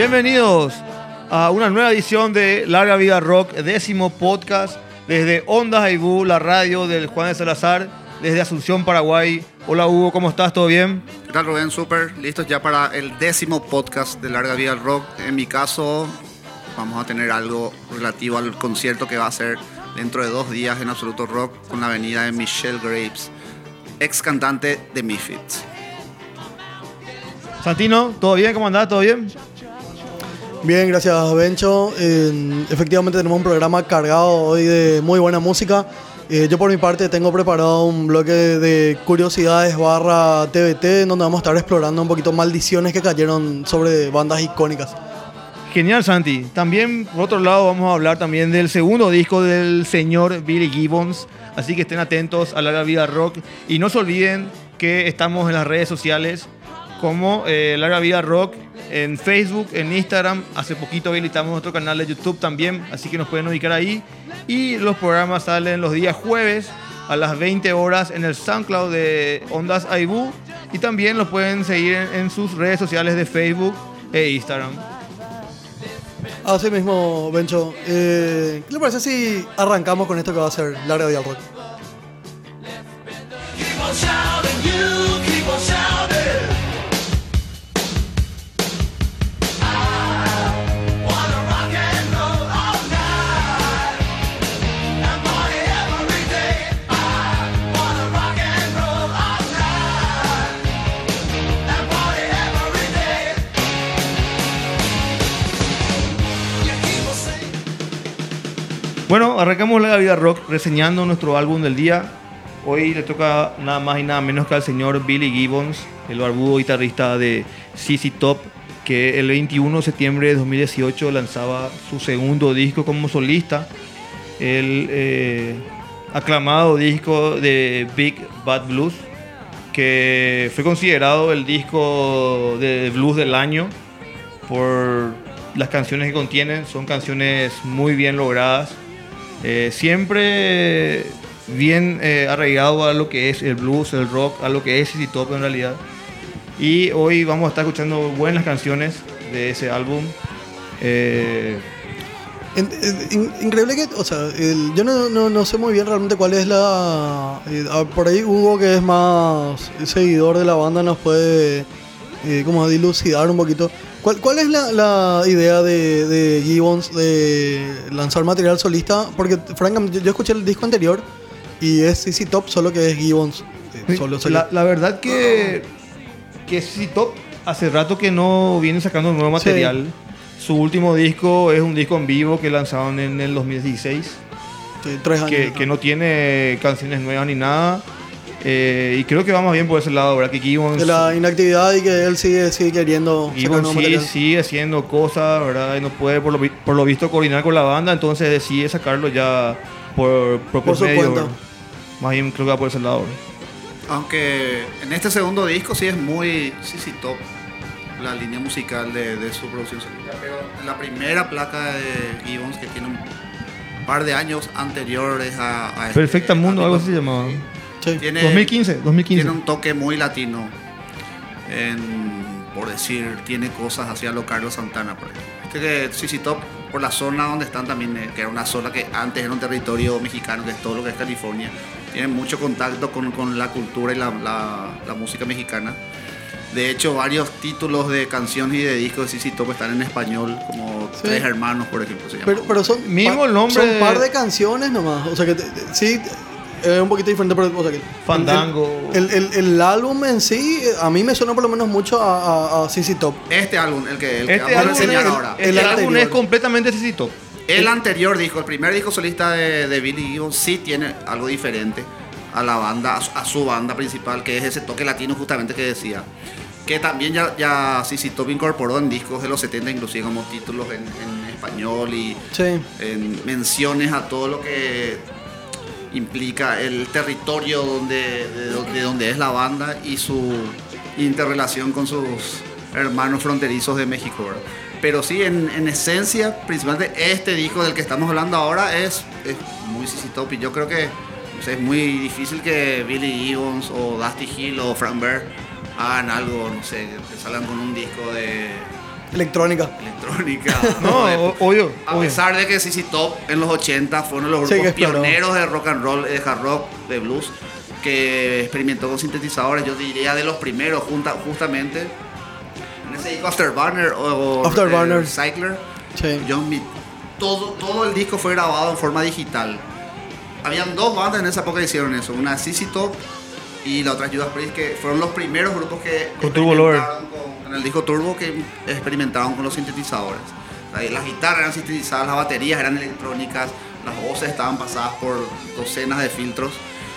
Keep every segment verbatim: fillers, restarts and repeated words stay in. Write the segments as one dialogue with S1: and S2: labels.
S1: Bienvenidos a una nueva edición de Larga Vida Rock, décimo podcast desde Ondas Aibú, la radio del Juan de Salazar, desde Asunción, Paraguay. Hola Hugo, ¿cómo estás? ¿Todo bien?
S2: ¿Qué tal, Rubén? Súper, listos ya para el décimo podcast de Larga Vida Rock. En mi caso, vamos a tener algo relativo al concierto que va a ser dentro de dos días en Absoluto Rock con la venida de Michelle Graves, ex cantante de Misfits.
S1: Santino, ¿todo bien? ¿Cómo andás? ¿Todo bien?
S3: Bien, gracias Bencho. Eh, efectivamente tenemos un programa cargado hoy de muy buena música. Eh, yo por mi parte tengo preparado un bloque de curiosidades barra T V T en donde vamos a estar explorando un poquito maldiciones que cayeron sobre bandas icónicas.
S1: Genial, Santi. También, por otro lado, vamos a hablar también del segundo disco del señor Billy Gibbons. Así que estén atentos a Larga Vida Rock. Y no se olviden que estamos en las redes sociales como eh, Larga Vida Rock, en Facebook, en Instagram. Hace poquito habilitamos nuestro canal de YouTube también, así que nos pueden ubicar ahí. Y los programas salen los días jueves a las veinte horas en el SoundCloud de Ondas Aibú. Y también los pueden seguir en, en sus redes sociales de Facebook e Instagram.
S3: Así mismo, Bencho. Eh, ¿Qué le parece si arrancamos con esto que va a ser Larga Vida Rock?
S1: Bueno, arrancamos Larga Vida Rock reseñando nuestro álbum del día. Hoy le toca nada más y nada menos que al señor Billy Gibbons, el barbudo guitarrista de Z Z Top, que el veintiuno de septiembre de dos mil dieciocho lanzaba su segundo disco como solista, el eh, aclamado disco de Big Bad Blues, que fue considerado el disco de blues del año por las canciones que contienen. Son canciones muy bien logradas. Eh, siempre bien eh, arraigado a lo que es el blues, el rock, a lo que es Z Z Top en realidad. Y hoy vamos a estar escuchando buenas canciones de ese álbum. Eh,
S3: In, in, increíble que, o sea, el, yo no, no, no sé muy bien realmente cuál es la... Eh, por ahí Hugo, que es más seguidor de la banda, nos puede eh, como dilucidar un poquito. ¿Cuál, cuál es la, la idea de, de Gibbons de lanzar material solista? Porque francamente yo, yo escuché el disco anterior y es Z Z Top, solo que es Gibbons. Eh, solo, solo.
S1: La, la verdad que, que Z Z Top hace rato que no viene sacando nuevo material. Sí. Su último disco es un disco en vivo que lanzaron en el dos mil dieciséis.
S3: Sí, tres años.
S1: Que, que no tiene canciones nuevas ni nada. Eh, y creo que va más bien por ese lado, ¿verdad? Que Gibbons,
S3: de la inactividad y que él sigue, sigue queriendo
S1: Gibbons sí, sigue haciendo cosas, ¿verdad? Y no puede, por lo, por lo visto, coordinar con la banda, entonces decide sacarlo ya por propio
S3: por
S1: medio,
S3: su cuenta.
S1: ¿verdad? Más bien creo que va por ese lado, ¿verdad?
S2: Aunque en este segundo disco sí es muy Z Z Top la línea musical de, de su producción solista, pero en la primera placa de Gibbons, que tiene un par de años anteriores a, a este,
S1: Perfecta Mundo, algo así se llamaba.
S3: Sí.
S2: Tiene,
S1: dos mil quince, dos mil quince.
S2: Tiene un toque muy latino. En, por decir, tiene cosas hacia lo Carlos Santana, por ejemplo. Este que Z Z Top, por la zona donde están también, que era una zona que antes era un territorio mexicano, que es todo lo que es California, tienen mucho contacto con, con la cultura y la, la, la música mexicana. De hecho, varios títulos de canciones y de discos de Z Z Top están en español, como sí. Tres Hermanos, por ejemplo. Se llama.
S3: Pero, pero son,
S1: mismo el nombre
S3: son un par de canciones nomás. O sea que sí. Es un poquito diferente, pero o sea, que
S1: Fandango.
S3: El, el, el, el álbum en sí, a mí me suena por lo menos mucho a, a, a Z Z Top.
S2: Este álbum, el que, el
S1: este
S2: que vamos a enseñar
S1: el,
S2: ahora.
S1: El, el, el álbum es completamente Z Z Top.
S2: El anterior disco, el primer disco solista de, de Billy Gibbons, sí tiene algo diferente a la banda, a, a su banda principal, que es ese toque latino justamente que decía. Que también ya, ya Z Z Top incorporó en discos de los setenta, inclusive como títulos en, en español y
S3: sí.
S2: en menciones a todo lo que implica el territorio donde, de, de donde es la banda y su interrelación con sus hermanos fronterizos de México, ¿verdad? Pero sí, en, en esencia, principalmente este disco del que estamos hablando ahora es, es muy Z Z Top, y yo creo que o sea, es muy difícil que Billy Gibbons o Dusty Hill o Frank Bear hagan algo, no sé, que salgan con un disco de
S3: Electrónica.
S2: electrónica.
S1: No,
S2: de-
S1: o- obvio,
S2: A
S1: obvio.
S2: pesar de que C C Top en los ochenta fue uno de los
S3: Sí,
S2: grupos
S3: que exploró.
S2: pioneros de rock and roll, de hard rock, de blues, que experimentó con sintetizadores, yo diría de los primeros, junta, justamente en ese disco Afterburner o, o
S3: Afterburner.
S2: eh, Cycler.
S3: Sí.
S2: John Mead. Todo, todo el disco fue grabado en forma digital. Habían dos bandas en esa época que hicieron eso, una C C Top y la otra Judas Priest, que fueron los primeros grupos que
S1: Con Turbo Lover.
S2: experimentaron con- en el disco Turbo que experimentaron con los sintetizadores. La- Las guitarras eran sintetizadas, las baterías eran electrónicas, las voces estaban pasadas por docenas de filtros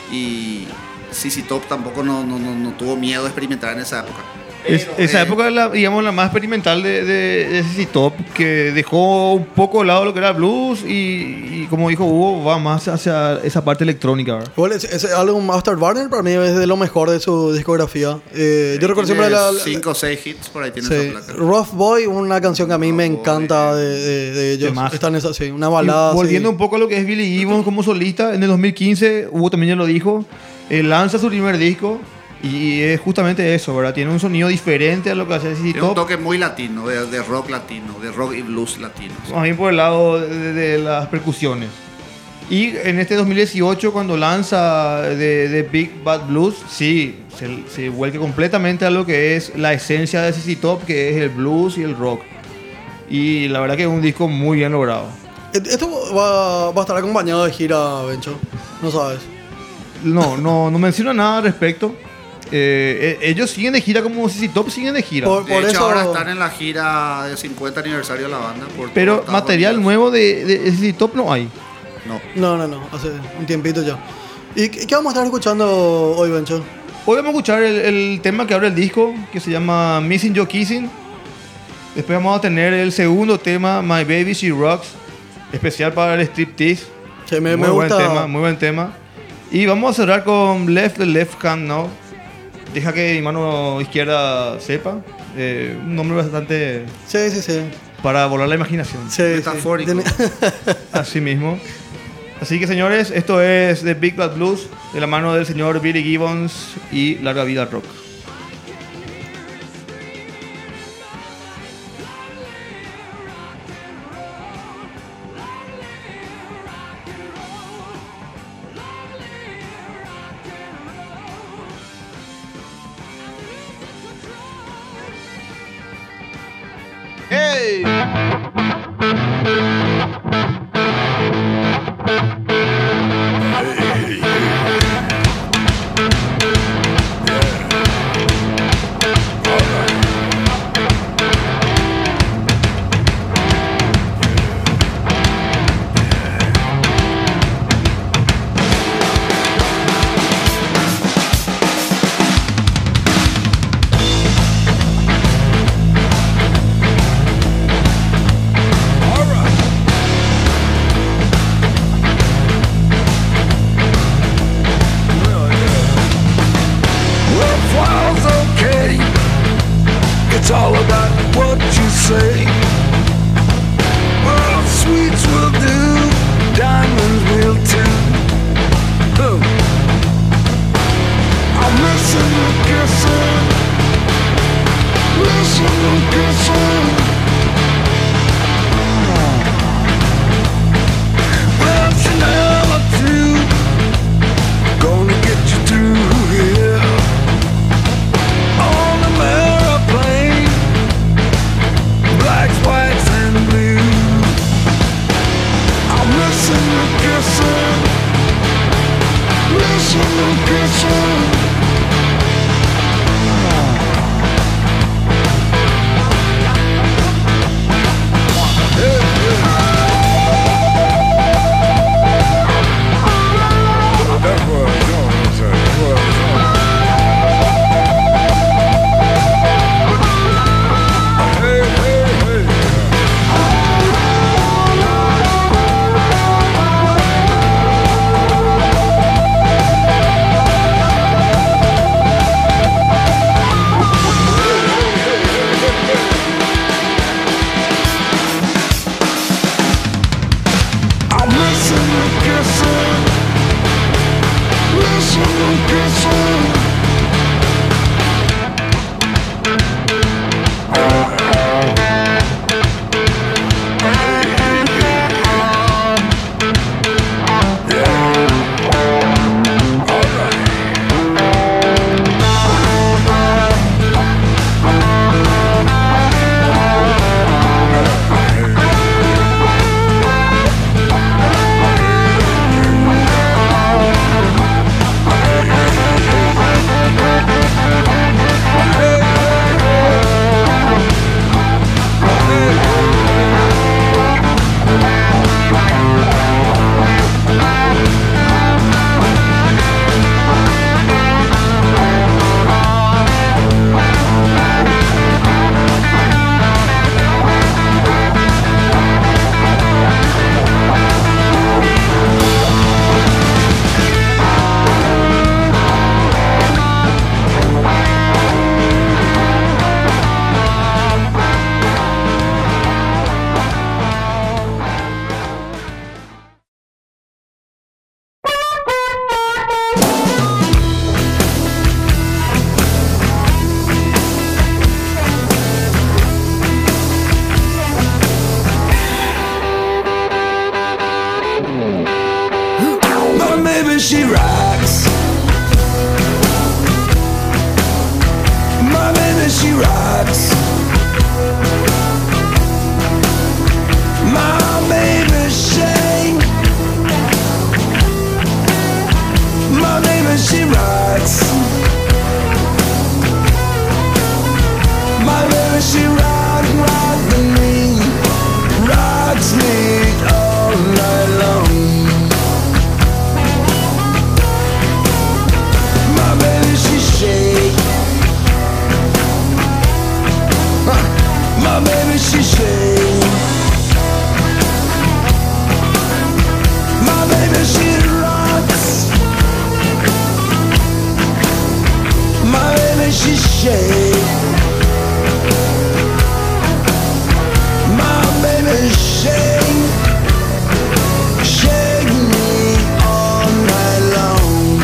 S2: y C C Top tampoco no, no, no, no tuvo miedo de experimentar en esa época.
S1: Es-
S2: Pero,
S1: esa
S2: eh,
S1: época es la, digamos, la más experimental de, de, de C C Top, que dejó un poco de lado lo que era el blues y, y como dijo Hugo, va más hacia esa parte electrónica, ¿verdad?
S3: Igual ese, ese álbum Afterburner para mí es de lo mejor de su discografía. Eh, yo recuerdo
S2: tiene
S3: siempre la, la-
S2: cinco o seis hits por ahí tiene
S3: sí,
S2: esa placa.
S3: Rough Boy, una canción que a mí me
S2: Rough Boy,
S3: encanta de, de- de ellos.
S1: Temazo.
S3: Está en esa, sí, una
S1: Y
S3: balada.
S1: volviendo
S3: sí.
S1: un poco a lo que es Billy Gibbons como solista, en el dos mil quince, Hugo también ya lo dijo, eh, lanza su primer disco y es justamente eso, ¿verdad? Tiene un sonido diferente a lo que hace C C
S2: Tiene un
S1: Top,
S2: toque muy latino, de, de rock latino, de rock y blues latino.
S1: más bien por el lado de, de- de las percusiones. Y en este dos mil dieciocho, cuando lanza de, de Big Bad Blues, sí, se, se vuelve completamente a lo que es la esencia de C C Top, que es el blues y el rock. Y la verdad que es un disco muy bien logrado.
S3: Esto va, va a estar acompañado de gira, Bencho. No sabes.
S1: No, no, no menciona nada al respecto. Eh, eh, ellos siguen de gira como C C Top siguen de gira.
S3: Por-
S2: De hecho,
S3: eso-
S2: ahora están en la gira de cincuenta aniversario de la banda. por
S1: Pero
S2: todo Estados
S1: material
S2: Unidos.
S1: nuevo de, de C C Top no hay.
S2: No.
S3: No, no, no. Hace un tiempito ya. ¿Y qué, qué vamos a estar escuchando hoy, Bencho?
S1: Hoy vamos a escuchar el, el tema que abre el disco, que se llama Missing Your Kissing. Después vamos a tener el segundo tema, My Baby She Rocks, especial para el striptease.
S3: Que me,
S1: muy
S3: me
S1: buen
S3: gusta.
S1: tema, muy buen tema. Y vamos a cerrar con Left the Left Hand Now. Deja que mi mano izquierda sepa. Eh, un nombre bastante
S3: Sí, sí, sí.
S1: para volar la imaginación.
S3: sí, sí.
S2: Metafórico.
S3: Tiene-
S1: Así mismo. Así que señores, esto es The Big Bad Blues, de la mano del señor Billy Gibbons y Larga Vida al Rock. ¡Hey!
S4: Well, file's okay. It's all about what you say. Well, sweets will do, diamonds will too. Boom. I'm missing the kissing, missing the kissing. Well, Chanel or two, gonna get you through here. On an airplane, blacks, whites, and blues. I'm missing the kissing, missing the kissing. That's what I'm doing. That's what I'm doing. Hey, hey, hey. I'm missing the kissing, missing the kissing. she shake. My baby she rocks. My baby she shake. My baby shake. Shake me all night long.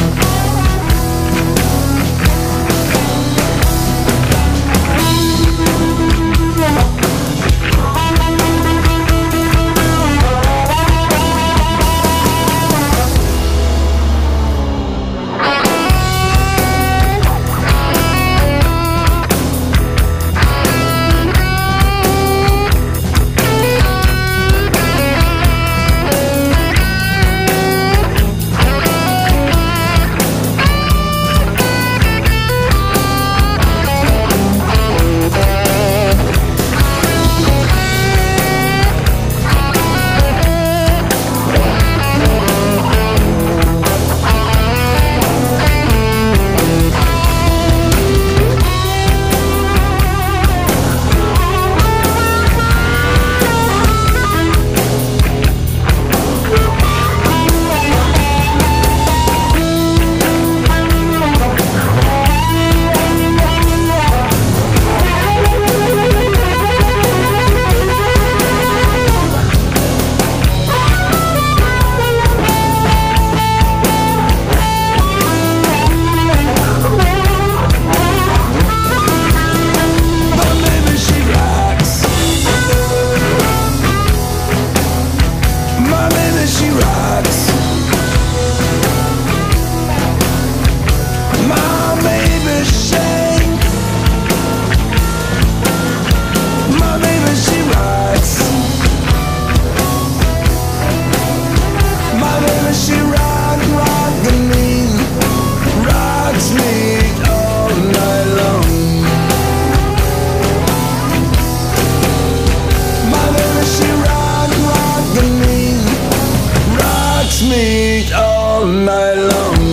S4: Me all night long.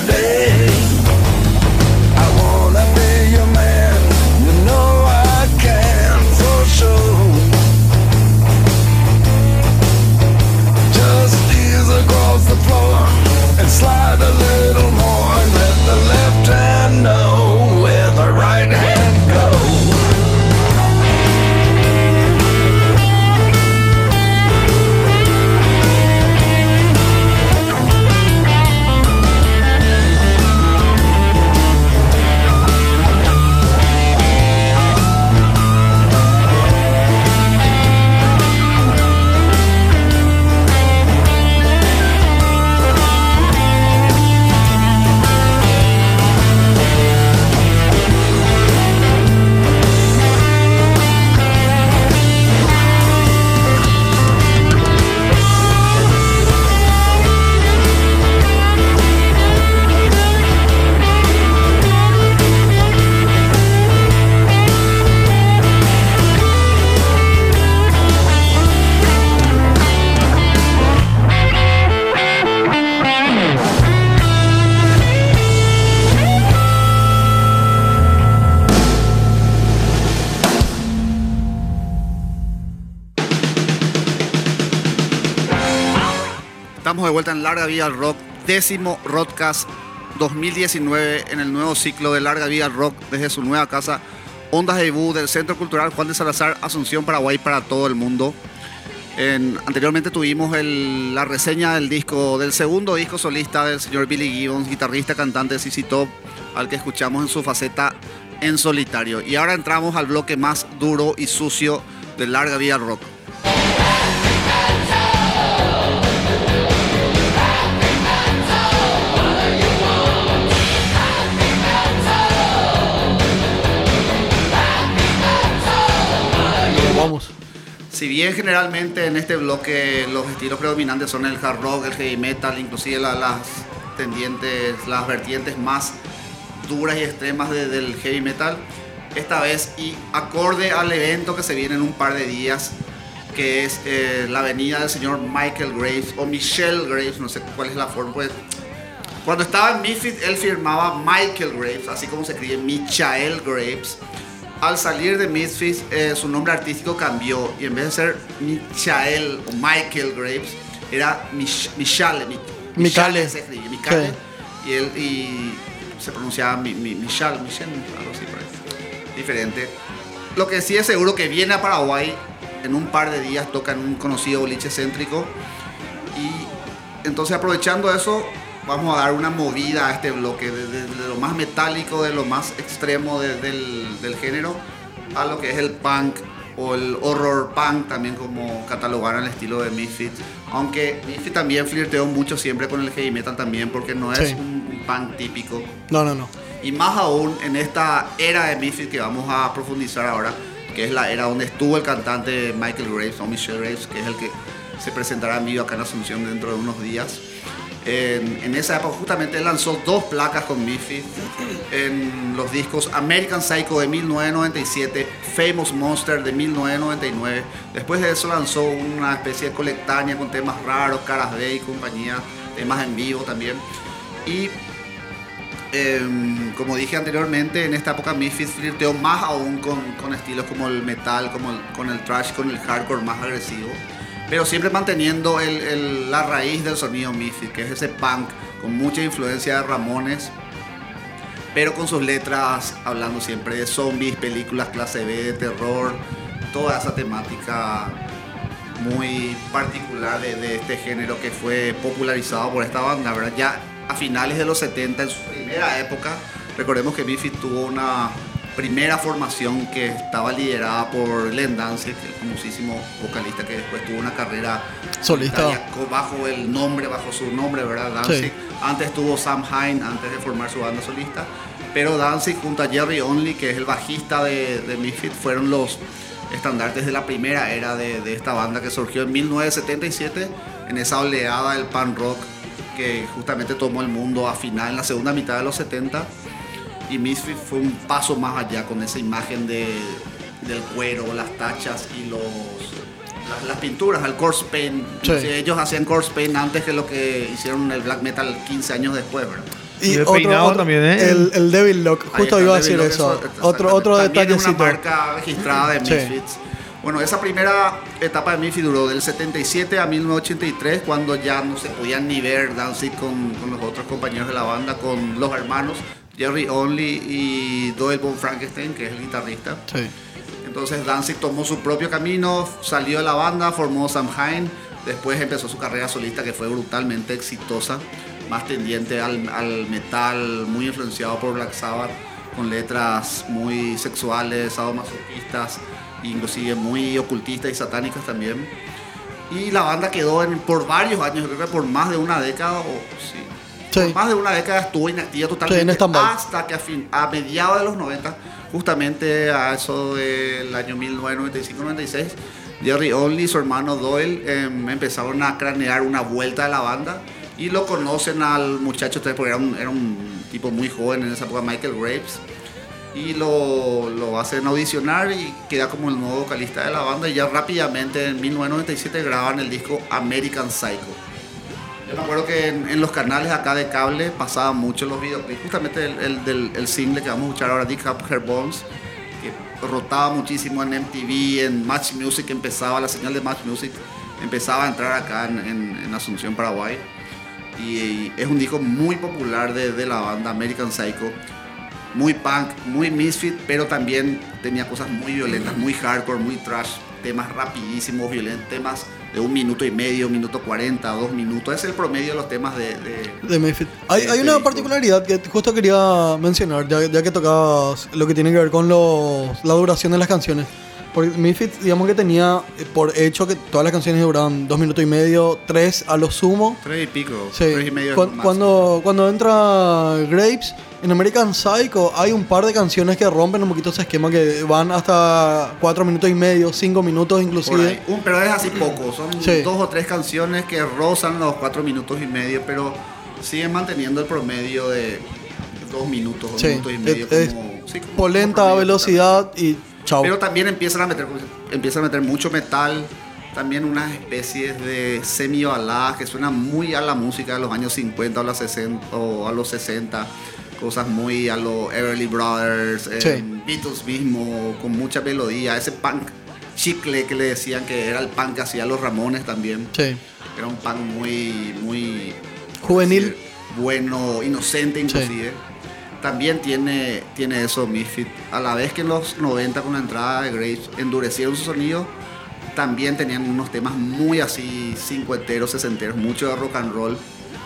S4: today. I wanna be your man, you know I can for sure. Just ease across the floor and slide a little more and let the left hand know where the right hand goes.
S2: Estamos de vuelta en Larga Vida al Rock, décimo Rockcast dos mil diecinueve en el nuevo ciclo de Larga Vida al Rock desde su nueva casa, Ondas de Ibú del Centro Cultural Juan de Salazar, Asunción, Paraguay, para todo el mundo. En, anteriormente tuvimos el, la reseña del disco, del segundo disco solista del señor Billy Gibbons, guitarrista, cantante de C C Top, al que escuchamos en su faceta en solitario. Y ahora entramos al bloque más duro y sucio de Larga Vida al Rock.
S3: Vamos.
S2: Si bien generalmente en este bloque los estilos predominantes son el hard rock, el heavy metal, inclusive la, las tendientes, las vertientes más duras y extremas de, del heavy metal, esta vez y acorde al evento que se viene en un par de días, que es eh, la venida del señor Michael Graves o Michelle Graves, no sé cuál es la forma, pues cuando estaba en Misfits él firmaba Michael Graves, así como se escribe Michael Graves. Al salir de Misfits, eh, su nombre artístico cambió y en vez de ser Michael o Michael Graves, era Mich Michale. Mi
S3: Michale.
S2: Se escribe, Michale.
S3: Sí.
S2: Y él y se pronunciaba mi, mi, Michal, Michel, algo así por ahí. Diferente. Lo que sí es seguro que viene a Paraguay en un par de días, toca en un conocido boliche céntrico. Y entonces, aprovechando eso, vamos a dar una movida a este bloque, de, de, de lo más metálico, de lo más extremo de, del, del género, a lo que es el punk o el horror punk, también como catalogar el estilo de Misfits. Aunque Misfits también flirteó mucho siempre con el heavy metal también, porque no es
S3: Sí.
S2: un, un punk típico.
S3: No, no, no.
S2: Y más aún en esta era de Misfits que vamos a profundizar ahora, que es la era donde estuvo el cantante Michael Graves o Michelle Graves, que es el que se presentará en vivo acá en Asunción dentro de unos días. En, en esa época justamente él lanzó dos placas con Misfits en los discos American Psycho de mil novecientos noventa y siete, Famous Monster de mil novecientos noventa y nueve. Después de eso lanzó una especie de colectánea con temas raros, Caras B y compañía, temas en vivo también. Y eh, como dije anteriormente, en esta época Misfits flirteó más aún con, con estilos como el metal, como el, con el thrash, con el hardcore más agresivo, pero siempre manteniendo el, el, la raíz del sonido Misfits, que es ese punk con mucha influencia de Ramones, pero con sus letras hablando siempre de zombies, películas clase B, de terror, toda esa temática muy particular de, de este género que fue popularizado por esta banda, ¿verdad? Ya a finales de los setenta, en su primera época, recordemos que Misfits tuvo una primera formación que estaba liderada por Glenn Danzig, el famosísimo vocalista que después tuvo una carrera
S3: solista
S2: bajo el nombre, bajo su nombre, ¿verdad? Danzig.
S3: Sí.
S2: Antes tuvo Sam Hine, antes de formar su banda solista, pero Danzig junto a Jerry Only, que es el bajista de, de Misfits, fueron los estandartes de la primera era de, de esta banda que surgió en mil novecientos setenta y siete en esa oleada del punk rock que justamente tomó el mundo a final, en la segunda mitad de los setenta. Y Misfits fue un paso más allá con esa imagen de, del cuero, las tachas y los, las, las pinturas, el corpse paint.
S3: Sí.
S2: Ellos hacían corpse paint antes que lo que hicieron el black metal quince años después, ¿verdad?
S3: Y
S1: Bien peinado también, ¿eh?
S3: el, el Devil Lock, justo
S2: Ahí
S3: iba a
S2: está,
S3: decir
S2: Devil
S3: eso.
S2: Lock, eso,
S3: Otro, otro
S2: también es una
S3: detallecito.
S2: marca registrada de
S3: Sí.
S2: Misfits. Bueno, esa primera etapa de Misfits duró del setenta y siete a mil novecientos ochenta y tres, cuando ya no se podían ni ver Danzig con, con los otros compañeros de la banda, con los hermanos Jerry Only y Doyle Von Frankenstein, que es el guitarrista.
S3: Sí.
S2: Entonces Danzig tomó su propio camino, salió de la banda, formó Samhain, después empezó su carrera solista, que fue brutalmente exitosa, más tendiente al, al metal, muy influenciado por Black Sabbath, con letras muy sexuales, sadomasoquistas, inclusive muy ocultistas y satánicas también. Y la banda quedó en, por varios años, creo que por más de una década, o sí,
S3: Sí.
S2: por más de una década estuvo inactiva
S3: Sí,
S2: totalmente,
S3: en stand-by.
S2: hasta que a, fin, a mediados de los noventa, justamente a eso del año mil novecientos noventa y cinco noventa y seis, Jerry Only y su hermano Doyle eh, empezaron a cranear una vuelta de la banda, y lo conocen al muchacho, porque era un, era un tipo muy joven en esa época, Michael Graves, y lo, lo hacen audicionar y queda como el nuevo vocalista de la banda, y ya rápidamente en mil novecientos noventa y siete graban el disco American Psycho. Yo me acuerdo que en, en los canales acá de cable pasaban mucho los videoclips, justamente el, el, del, el single que vamos a escuchar ahora, Dig Up Her Bones, que rotaba muchísimo en M T V, en Match Music, empezaba la señal de Match Music, empezaba a entrar acá en, en, en Asunción, Paraguay, y, y es un disco muy popular de, de la banda American Psycho, muy punk, muy misfit, pero también tenía cosas muy violentas, muy hardcore, muy trash, temas rapidísimos, violentos, temas de un minuto y medio, un minuto cuarenta, dos minutos. Ese es el promedio de los temas de... de,
S3: De Misfits. Hay,
S2: de
S3: hay
S2: este
S3: una
S2: disco.
S3: particularidad que justo quería mencionar, ya, ya que tocabas lo que tiene que ver con los, la duración de las canciones. Porque Misfits, digamos que tenía eh, por hecho que todas las canciones duraban dos minutos y medio, tres a lo sumo.
S2: Tres y pico,
S3: Sí.
S2: tres y medio.
S3: Cu-
S2: máximo.
S3: cuando, cuando entra Graves, en American Psycho hay un par de canciones que rompen un poquito ese esquema, que van hasta cuatro minutos y medio, cinco minutos
S2: Por
S3: inclusive.
S2: ahí. Un, pero es así poco, son
S3: Sí.
S2: dos o tres canciones que rozan los cuatro minutos y medio, pero siguen manteniendo el promedio de dos minutos, dos
S3: Sí.
S2: minutos y medio.
S3: Es-
S2: como, sí, como
S3: Polenta,
S2: promedio,
S3: velocidad y chao.
S2: Pero también empiezan a meter, empiezan a meter mucho metal, también unas especies de semi baladas que suenan muy a la música de los años cincuenta o, los sesenta, o a los sesenta, cosas muy a los Everly Brothers,
S3: Sí.
S2: eh, Beatles mismo, con mucha melodía, ese punk chicle que le decían que era el punk que hacía los Ramones también,
S3: Sí.
S2: era un punk muy, muy
S3: Juvenil.
S2: sí, bueno, inocente inclusive. También tiene, tiene eso Misfit. A la vez que en los noventa, con la entrada de Graves, endurecieron su sonido, también tenían unos temas muy así cincuenteros, sesenteros, mucho de rock and roll,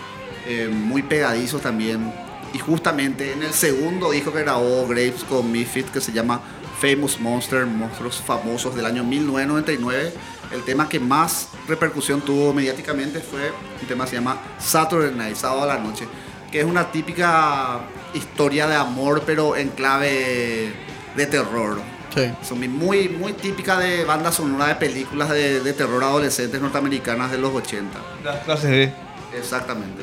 S2: eh, muy pegadizos también. Y justamente en el segundo disco que grabó Graves con Misfit, que se llama Famous Monster, Monstruos Famosos, del año mil novecientos noventa y nueve, el tema que más repercusión tuvo mediáticamente fue un tema que se llama Saturday Night, sábado a la noche, que es una típica historia de amor, pero en clave de terror.
S3: Sí.
S2: Son muy, muy típica de banda sonora de películas de, de terror adolescentes norteamericanas de los ochenta.
S1: Las clases B.
S2: Exactamente.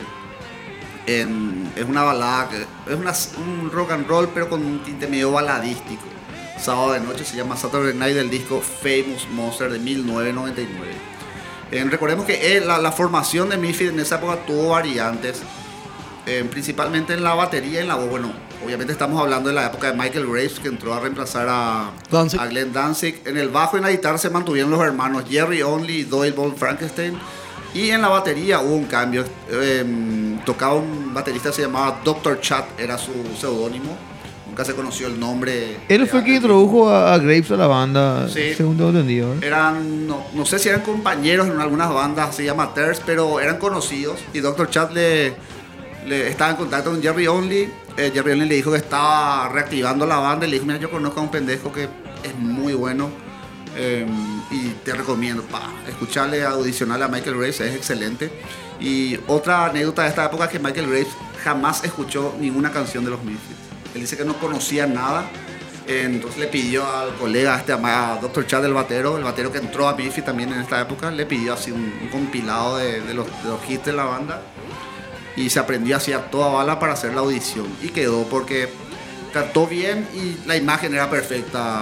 S2: En- es una balada, que- es una- un rock and roll, pero con un tinte medio baladístico. Sábado de noche se llama Saturday Night, del disco Famous Monster de mil novecientos noventa y nueve. Eh, recordemos que eh, la, la formación de Misfits en esa época tuvo variantes, eh, principalmente en la batería y en la voz. Bueno, obviamente estamos hablando de la época de Michael Graves, que entró a reemplazar a,
S3: Danzig.
S2: a Glenn Danzig. En el bajo y en la guitarra se mantuvieron los hermanos Jerry Only y Doyle Von Frankenstein. Y en la batería hubo un cambio. Eh, tocaba un baterista que se llamaba doctor Chat, era su seudónimo. Nunca se conoció el nombre.
S1: Él fue el que
S2: real.
S1: introdujo a, a Graves a la banda,
S2: Sí.
S1: según tengo entendido. ¿eh?
S2: Eran, no, no sé si eran compañeros en algunas bandas así amateurs, pero eran conocidos. Y doctor Chat le, le estaba en contacto con Jerry Only. Eh, Jerry Only le dijo que estaba reactivando la banda y le dijo: mira, yo conozco a un pendejo que es muy bueno, eh, y te recomiendo, pa, escucharle, audicionarle a Michael Graves, es excelente. Y otra anécdota de esta época es que Michael Graves jamás escuchó ninguna canción de los Misfits. Él dice que no conocía nada. Entonces le pidió al colega, este, a doctor Chad, el batero, el batero que entró a Misfits también en esta época, le pidió así un, un compilado de, de, los, de los hits de la banda, y se aprendió así a toda bala para hacer la audición, y quedó porque cantó bien y la imagen era perfecta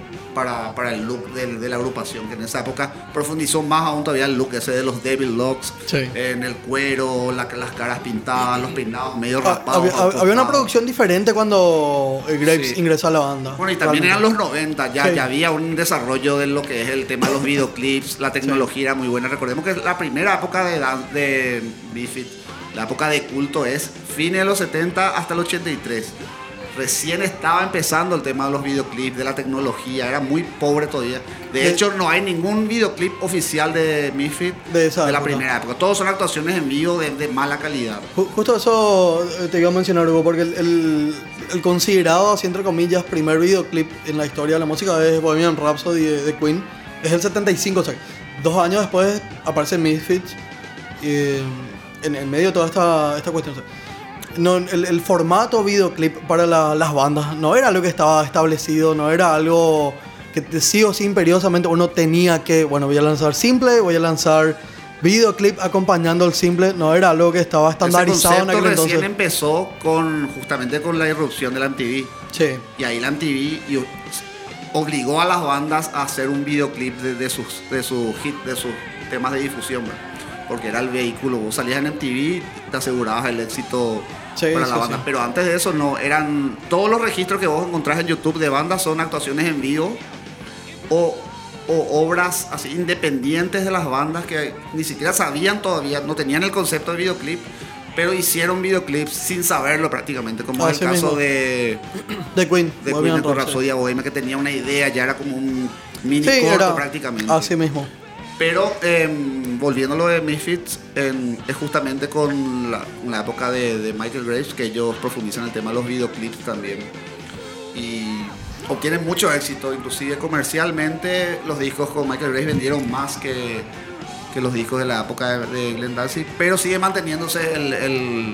S2: para, para el look de, de la agrupación, que en esa época profundizó más aún todavía el look ese de los Devil Locks,
S3: Sí.
S2: en el cuero, la- las caras pintadas, los peinados medio
S3: Ah,
S2: rapados.
S3: había, había una
S2: recortados.
S3: producción diferente cuando eh, Graves
S2: Sí.
S3: ingresó a la banda.
S2: Bueno, y también eran
S3: Realmente.
S2: los noventa, ya,
S3: Sí.
S2: ya había un desarrollo de lo que es el tema de los videoclips, la tecnología era muy buena. Recordemos que la primera época de, dan- de Misfits, la época de culto es fines de los setenta hasta el ochenta y tres. Recién estaba empezando el tema de los videoclips, de la tecnología, era muy pobre todavía. De
S3: De-
S2: hecho, no hay ningún videoclip oficial de Misfits
S3: De esa
S2: la
S3: época.
S2: primera época. Todos son actuaciones en vivo de, de mala calidad.
S3: Ju- Justo eso eh, te iba a mencionar, Hugo, porque el, el- el considerado, así entre comillas, primer videoclip en la historia de la música es Bohemian Rhapsody de, de Queen. Es el setenta y cinco, o sea, dos años después aparece Misfits eh, en, en medio de toda esta, esta cuestión. O sea, no, el, el formato videoclip para la- las bandas no era algo que estaba establecido, no era algo que te- sí o sí imperiosamente uno tenía que, bueno, voy a lanzar simple, voy a lanzar videoclip acompañando el simple, no era algo que estaba estandarizado
S2: Ese
S3: en
S2: concepto
S3: aquel
S2: recién
S3: entonces.
S2: empezó con, justamente con la irrupción de la M T V.
S3: Sí.
S2: Y ahí la M T V y- obligó a las bandas a hacer un videoclip de, de sus de sus hit, de sus temas de difusión, ¿verdad? Porque era el vehículo. Vos salías en M T V y te asegurabas el éxito
S3: Sí,
S2: para
S3: sí,
S2: la banda.
S3: sí.
S2: Pero antes de eso no, eran todos los registros que vos encontrás en YouTube de bandas son actuaciones en vivo o, o obras así independientes de las bandas que ni siquiera sabían todavía, no tenían el concepto de videoclip, pero hicieron videoclips sin saberlo prácticamente, como es
S3: Así
S2: el caso
S3: mismo.
S2: de
S3: De Queen.
S2: de
S3: Bohemian
S2: Queen con
S3: Rhapsody.
S2: Rhapsody Bohemia, que tenía una idea, ya era como un mini
S3: Sí,
S2: corto
S3: era
S2: prácticamente.
S3: así mismo.
S2: Pero em, volviendo a lo de Misfits, em, es justamente con la, la época de, de Michael Graves que ellos profundizan el tema de los videoclips también. Y obtienen mucho éxito, inclusive comercialmente los discos con Michael Graves vendieron más que, que los discos de la época de, de Glenn Danzig, pero sigue manteniéndose el, el,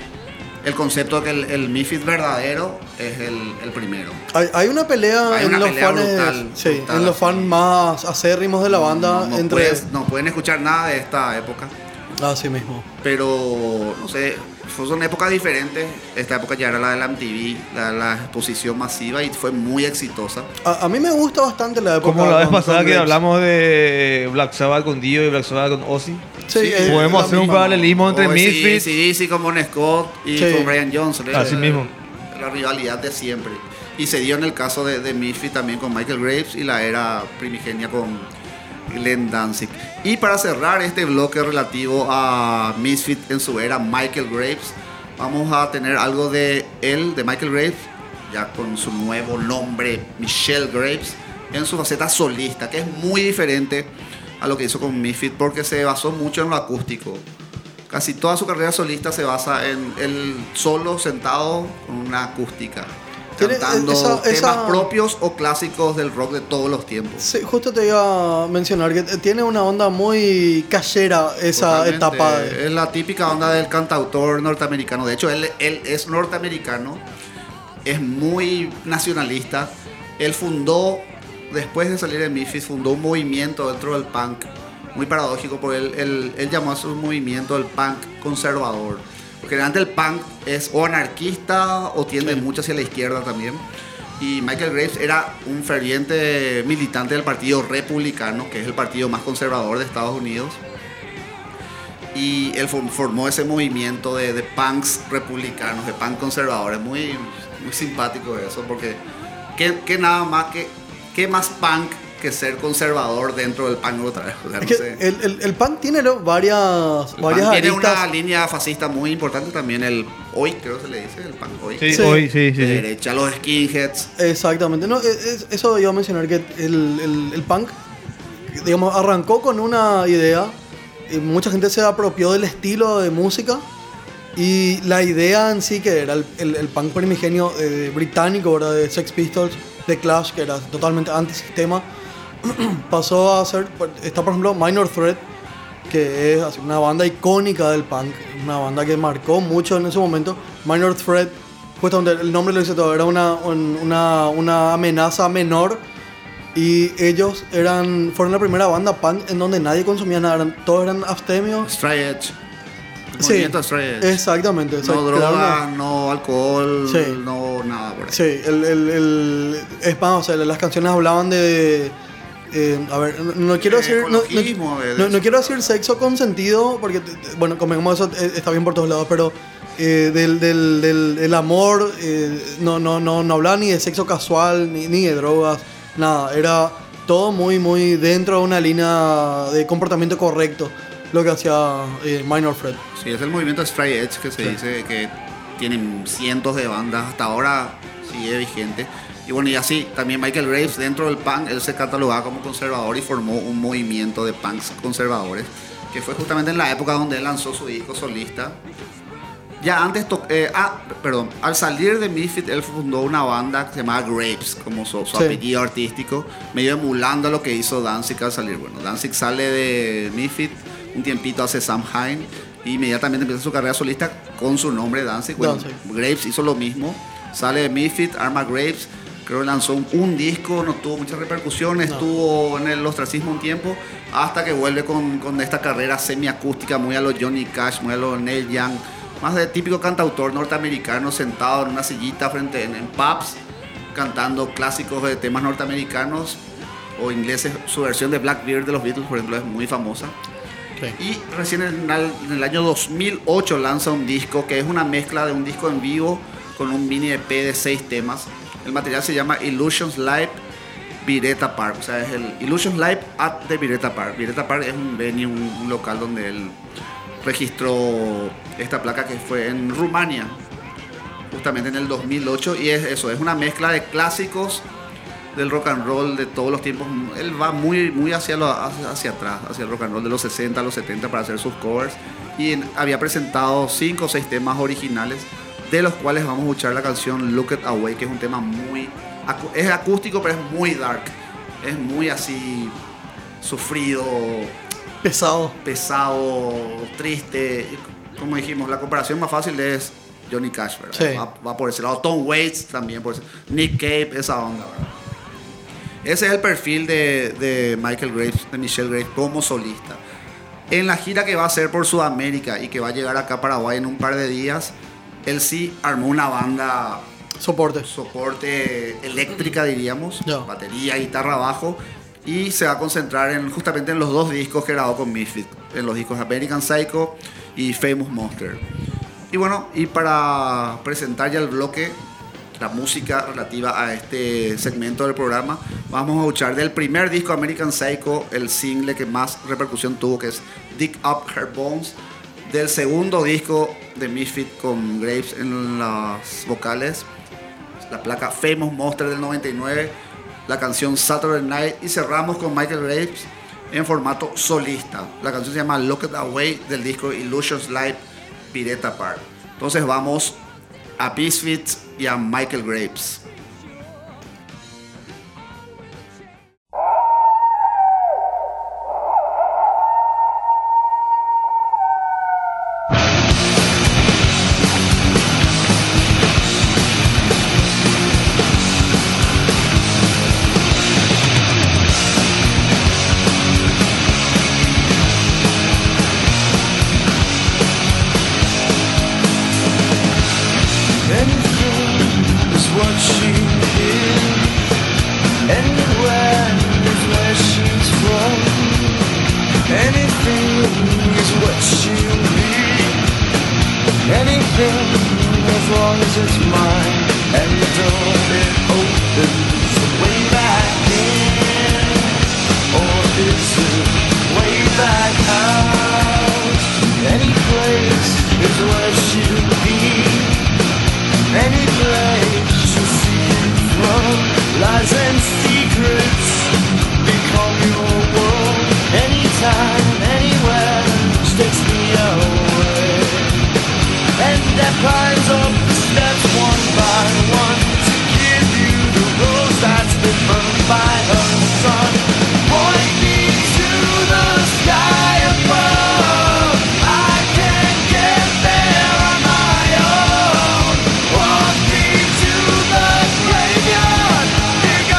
S2: el concepto de que el, el Misfits verdadero es el, el primero.
S3: Hay, hay una pelea
S2: Hay
S3: en
S2: una
S3: los
S2: pelea
S3: fans,
S2: brutal,
S3: sí,
S2: brutal,
S3: en los
S2: así.
S3: fans más acérrimos de la banda
S2: No, no
S3: entre
S2: puedes- no pueden escuchar nada de esta época.
S3: así mismo.
S2: Pero, no sé, fue- son épocas diferentes. Esta época ya era la de la M T V, la, la exposición masiva y fue muy exitosa.
S3: A, a mí me gusta bastante la época.
S1: Como la vez
S3: con-
S1: pasada
S3: con
S1: que
S3: Graves.
S1: hablamos de Black Sabbath con Dio y Black Sabbath con Ozzy.
S3: Sí,
S2: Sí,
S3: es
S1: podemos
S3: la
S1: hacer un
S3: misma.
S1: paralelismo entre
S2: O
S1: Misfits.
S2: Sí, sí, con Bon Scott y
S3: Sí.
S2: con Brian Johnson. eh,
S1: Así mismo.
S2: La rivalidad de siempre. Y se dio en el caso de, de Misfits también con Michael Graves y la era primigenia con Glenn Danzig. Y para cerrar este bloque relativo a Misfits en su era Michael Graves, vamos a tener algo de él, de Michael Graves, ya con su nuevo nombre, Michelle Graves, en su faceta solista, que es muy diferente a lo que hizo con Misfits porque se basó mucho en lo acústico. Casi toda su carrera solista se basa en el solo sentado con una acústica,
S3: Tiene
S2: cantando
S3: esa-
S2: temas
S3: esa-
S2: propios o clásicos del rock de todos los tiempos.
S3: Sí, justo te iba a mencionar que tiene una onda muy callera esa
S2: Totalmente.
S3: etapa. De,
S2: Es la típica onda del cantautor norteamericano. De hecho, él, él es norteamericano, es muy nacionalista. Él fundó, después de salir de Misfits, fundó un movimiento dentro del punk, muy paradójico, porque él, él, él llamó a su movimiento el punk conservador. Porque realmente el punk es o anarquista o tiende
S3: Sí.
S2: mucho hacia la izquierda también. Y Michael Graves era un ferviente militante del Partido Republicano, que es el partido más conservador de Estados Unidos. Y él form- formó ese movimiento de, de punks republicanos, de punk conservadores. Muy, muy simpático eso, porque ¿qué, qué nada más, que, qué más punk que ser conservador dentro del punk otra vez? O sea, no
S3: es que
S2: sé.
S3: el, el, el punk tiene ¿no? varias,
S2: El
S3: varias
S2: punk tiene
S3: aristas.
S2: una línea fascista muy importante también, el hoy creo que se le dice, el punk hoy.
S1: Sí,
S3: Sí.
S1: hoy, sí, sí.
S2: De
S1: sí.
S2: derecha, los skinheads.
S3: Exactamente. No, es- es- eso iba a mencionar que el, el, el punk, digamos, arrancó con una idea. Y mucha gente se apropió del estilo de música. Y la idea en sí, que era el, el, el punk primigenio eh, británico, ¿verdad? De Sex Pistols, de Clash, que era totalmente antisistema, pasó a ser. Está, por ejemplo, Minor Threat, que es así, una banda icónica del punk, una banda que marcó mucho en ese momento. Minor Threat, justamente el nombre lo dice todo, era una, un- una, una amenaza menor. Y ellos eran fueron la primera banda punk en donde nadie consumía nada, eran- todos eran abstemios.
S2: Straight Edge.
S3: Sí,
S2: Movimiento straight edge.
S3: exactamente.
S2: No
S3: exacto.
S2: drogas, no alcohol,
S3: Sí.
S2: no nada por ahí.
S3: Sí, el, el, el, es más, o sea, las canciones hablaban de... eh, a ver, no, no quiero
S2: De
S3: decir... No,
S2: ecologismo,
S3: no-
S2: de-
S3: no- no quiero decir sexo consentido, porque, bueno, convengamos eso, eh, está bien por todos lados, pero eh, del, del, del, del amor, eh, no, no, no, no hablaba ni de sexo casual, ni, ni de drogas, nada. Era todo muy, muy dentro de una línea de comportamiento correcto, lo que hacía eh, Minor Threat.
S2: Sí, es el movimiento straight edge que se
S3: Sí.
S2: dice que tienen cientos de bandas, hasta ahora sigue vigente. Y bueno, y así, también Michael Graves dentro del punk, él se catalogaba como conservador y formó un movimiento de punks conservadores, que fue justamente en la época donde él lanzó su disco solista. Ya antes, to- eh, ah, perdón, al salir de Misfit, él fundó una banda que se llamaba Grapes, como su, su
S3: Sí.
S2: apellido artístico, medio emulando lo que hizo Danzig al salir. Bueno, Danzig sale de Misfit, un tiempito hace Samhain, y inmediatamente empieza su carrera solista con su nombre Danzig. Bueno,
S3: Danzig.
S2: Graves hizo lo mismo, sale de Misfit, arma Graves, creo que lanzó un, un disco, no tuvo muchas repercusiones,
S3: No.
S2: estuvo en el ostracismo un tiempo, hasta que vuelve con, con esta carrera semiacústica, muy a los Johnny Cash, muy a los Neil Young, más de típico cantautor norteamericano sentado en una sillita frente en, en pubs, cantando clásicos de temas norteamericanos o ingleses. Su versión de Blackbeard de los Beatles, por ejemplo, es muy famosa. Y recién en el, en el año dos mil ocho lanza un disco que es una mezcla de un disco en vivo con un mini E P de seis temas. El material se llama Illusions Live Vireta Park, o sea, es el Illusions Live at the Vireta Park. Vireta Park es un venue, un, un local donde él registró esta placa, que fue en Rumania, justamente en el dos mil ocho. Y es eso, es una mezcla de clásicos del rock and roll de todos los tiempos. Él va muy, muy hacia, lo, hacia, hacia atrás, hacia el rock and roll de los sesenta a los setenta para hacer sus covers. Y en- había presentado cinco o seis temas originales, de los cuales vamos a escuchar la canción Look It Away, que es un tema muy... acu- es acústico, pero es muy dark. Es muy así sufrido,
S3: Pesado.
S2: pesado, triste. Como dijimos, la comparación más fácil es Johnny Cash, ¿verdad?
S3: Sí.
S2: Va, va por ese lado. Tom Waits también por ese. Nick Cave, esa onda, ¿verdad? Ese es el perfil de, de Michael Graves, de Michelle Graves como solista. En la gira que va a hacer por Sudamérica y que va a llegar acá a Paraguay en un par de días, él sí armó una banda
S3: Soporte.
S2: soporte eléctrica, diríamos,
S3: Ya.
S2: batería, guitarra, bajo, y se va a concentrar en, justamente en los dos discos que grabó con Misfit, en los discos American Psycho y Famous Monster. Y bueno, y para presentar ya el bloque, la música relativa a este segmento del programa, vamos a escuchar del primer disco American Psycho el single que más repercusión tuvo, que es Dig Up Her Bones. Del segundo disco de Misfit con Graves en las vocales, la placa Famous Monster del noventa y nueve, la canción Saturday Night, y cerramos con Michael Graves en formato solista. La canción se llama Look It Away del disco Illusions Live Pirata Park. Entonces vamos a Misfit y a Michael Graves.
S4: Anything is what she is. Anywhere is where she's from. Anything is what she'll be. Anything as long as it's mine. And the door it opens way back in, or is it way back out? Any place is where she'll be. Any place to see you from, lies and secrets become your world. Anytime, anywhere, takes me away. And that climbs up the steps one by one to give you the rose that's been burned by her sun. Point me to the sky above. I can't get there on my own. Walk me to the graveyard. Dig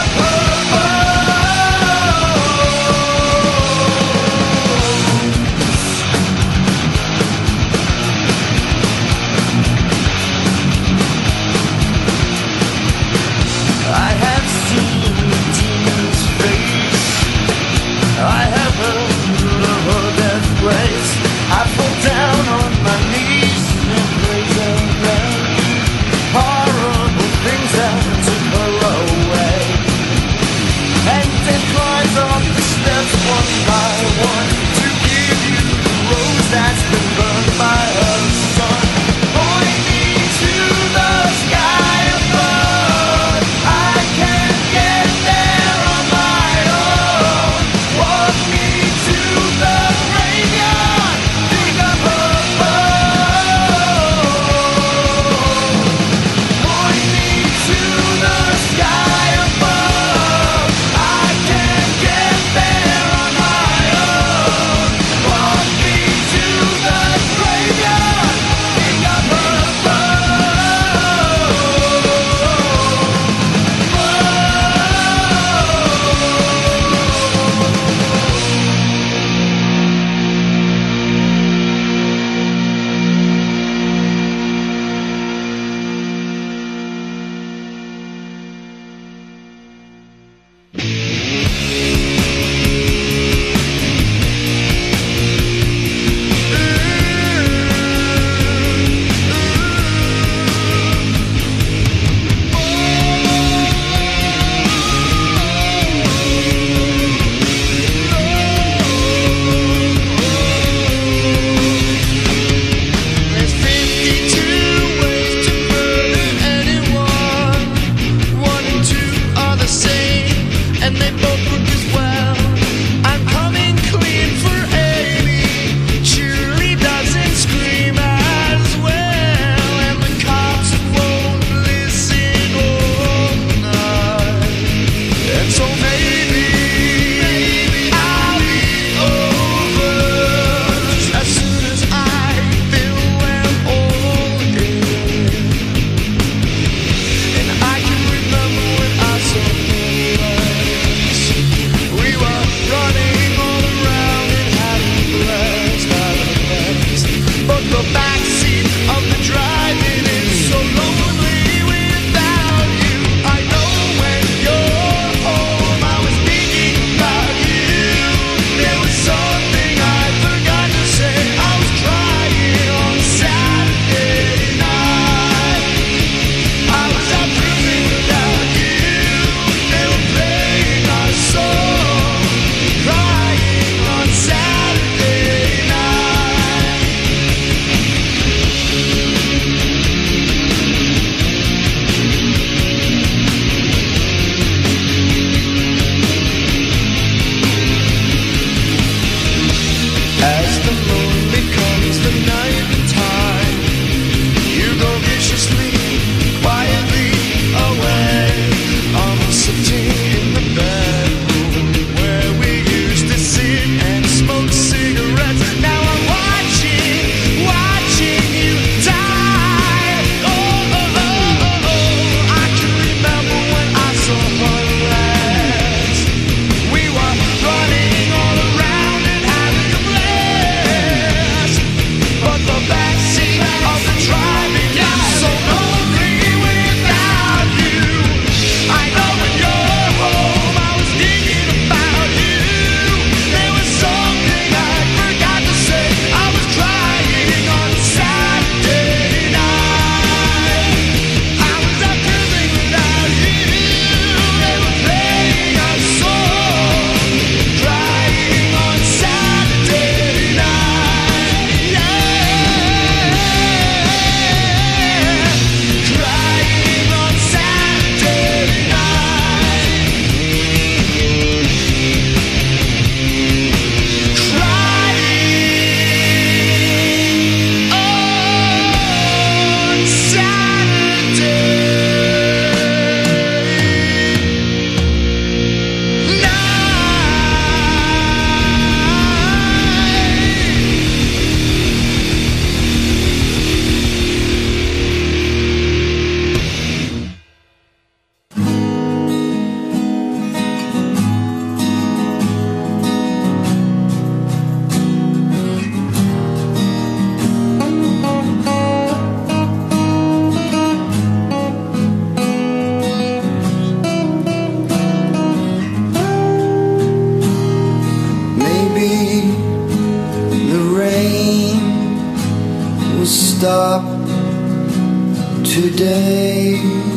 S4: today.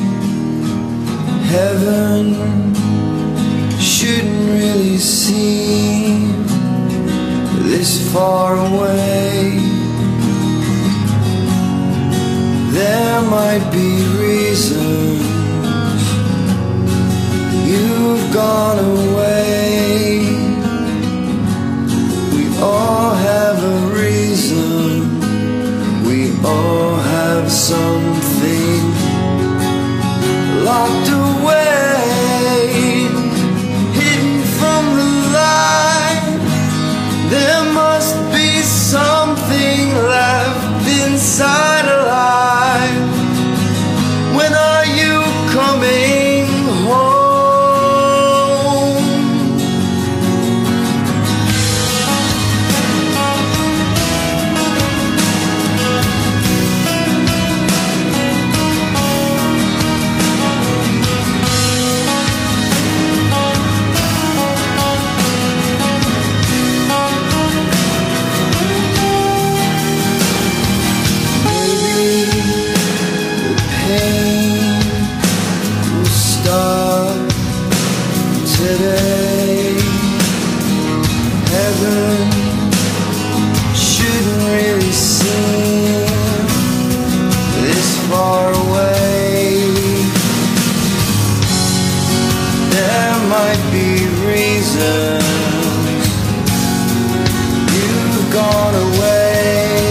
S4: Heaven shouldn't really seem this far away. There might be reasons you've gone away. We all have a reason. We all have something locked away, hidden from the light. There must be something left inside alive. When are you coming home? Today, heaven shouldn't really seem this far away. There might be reasons you've gone away.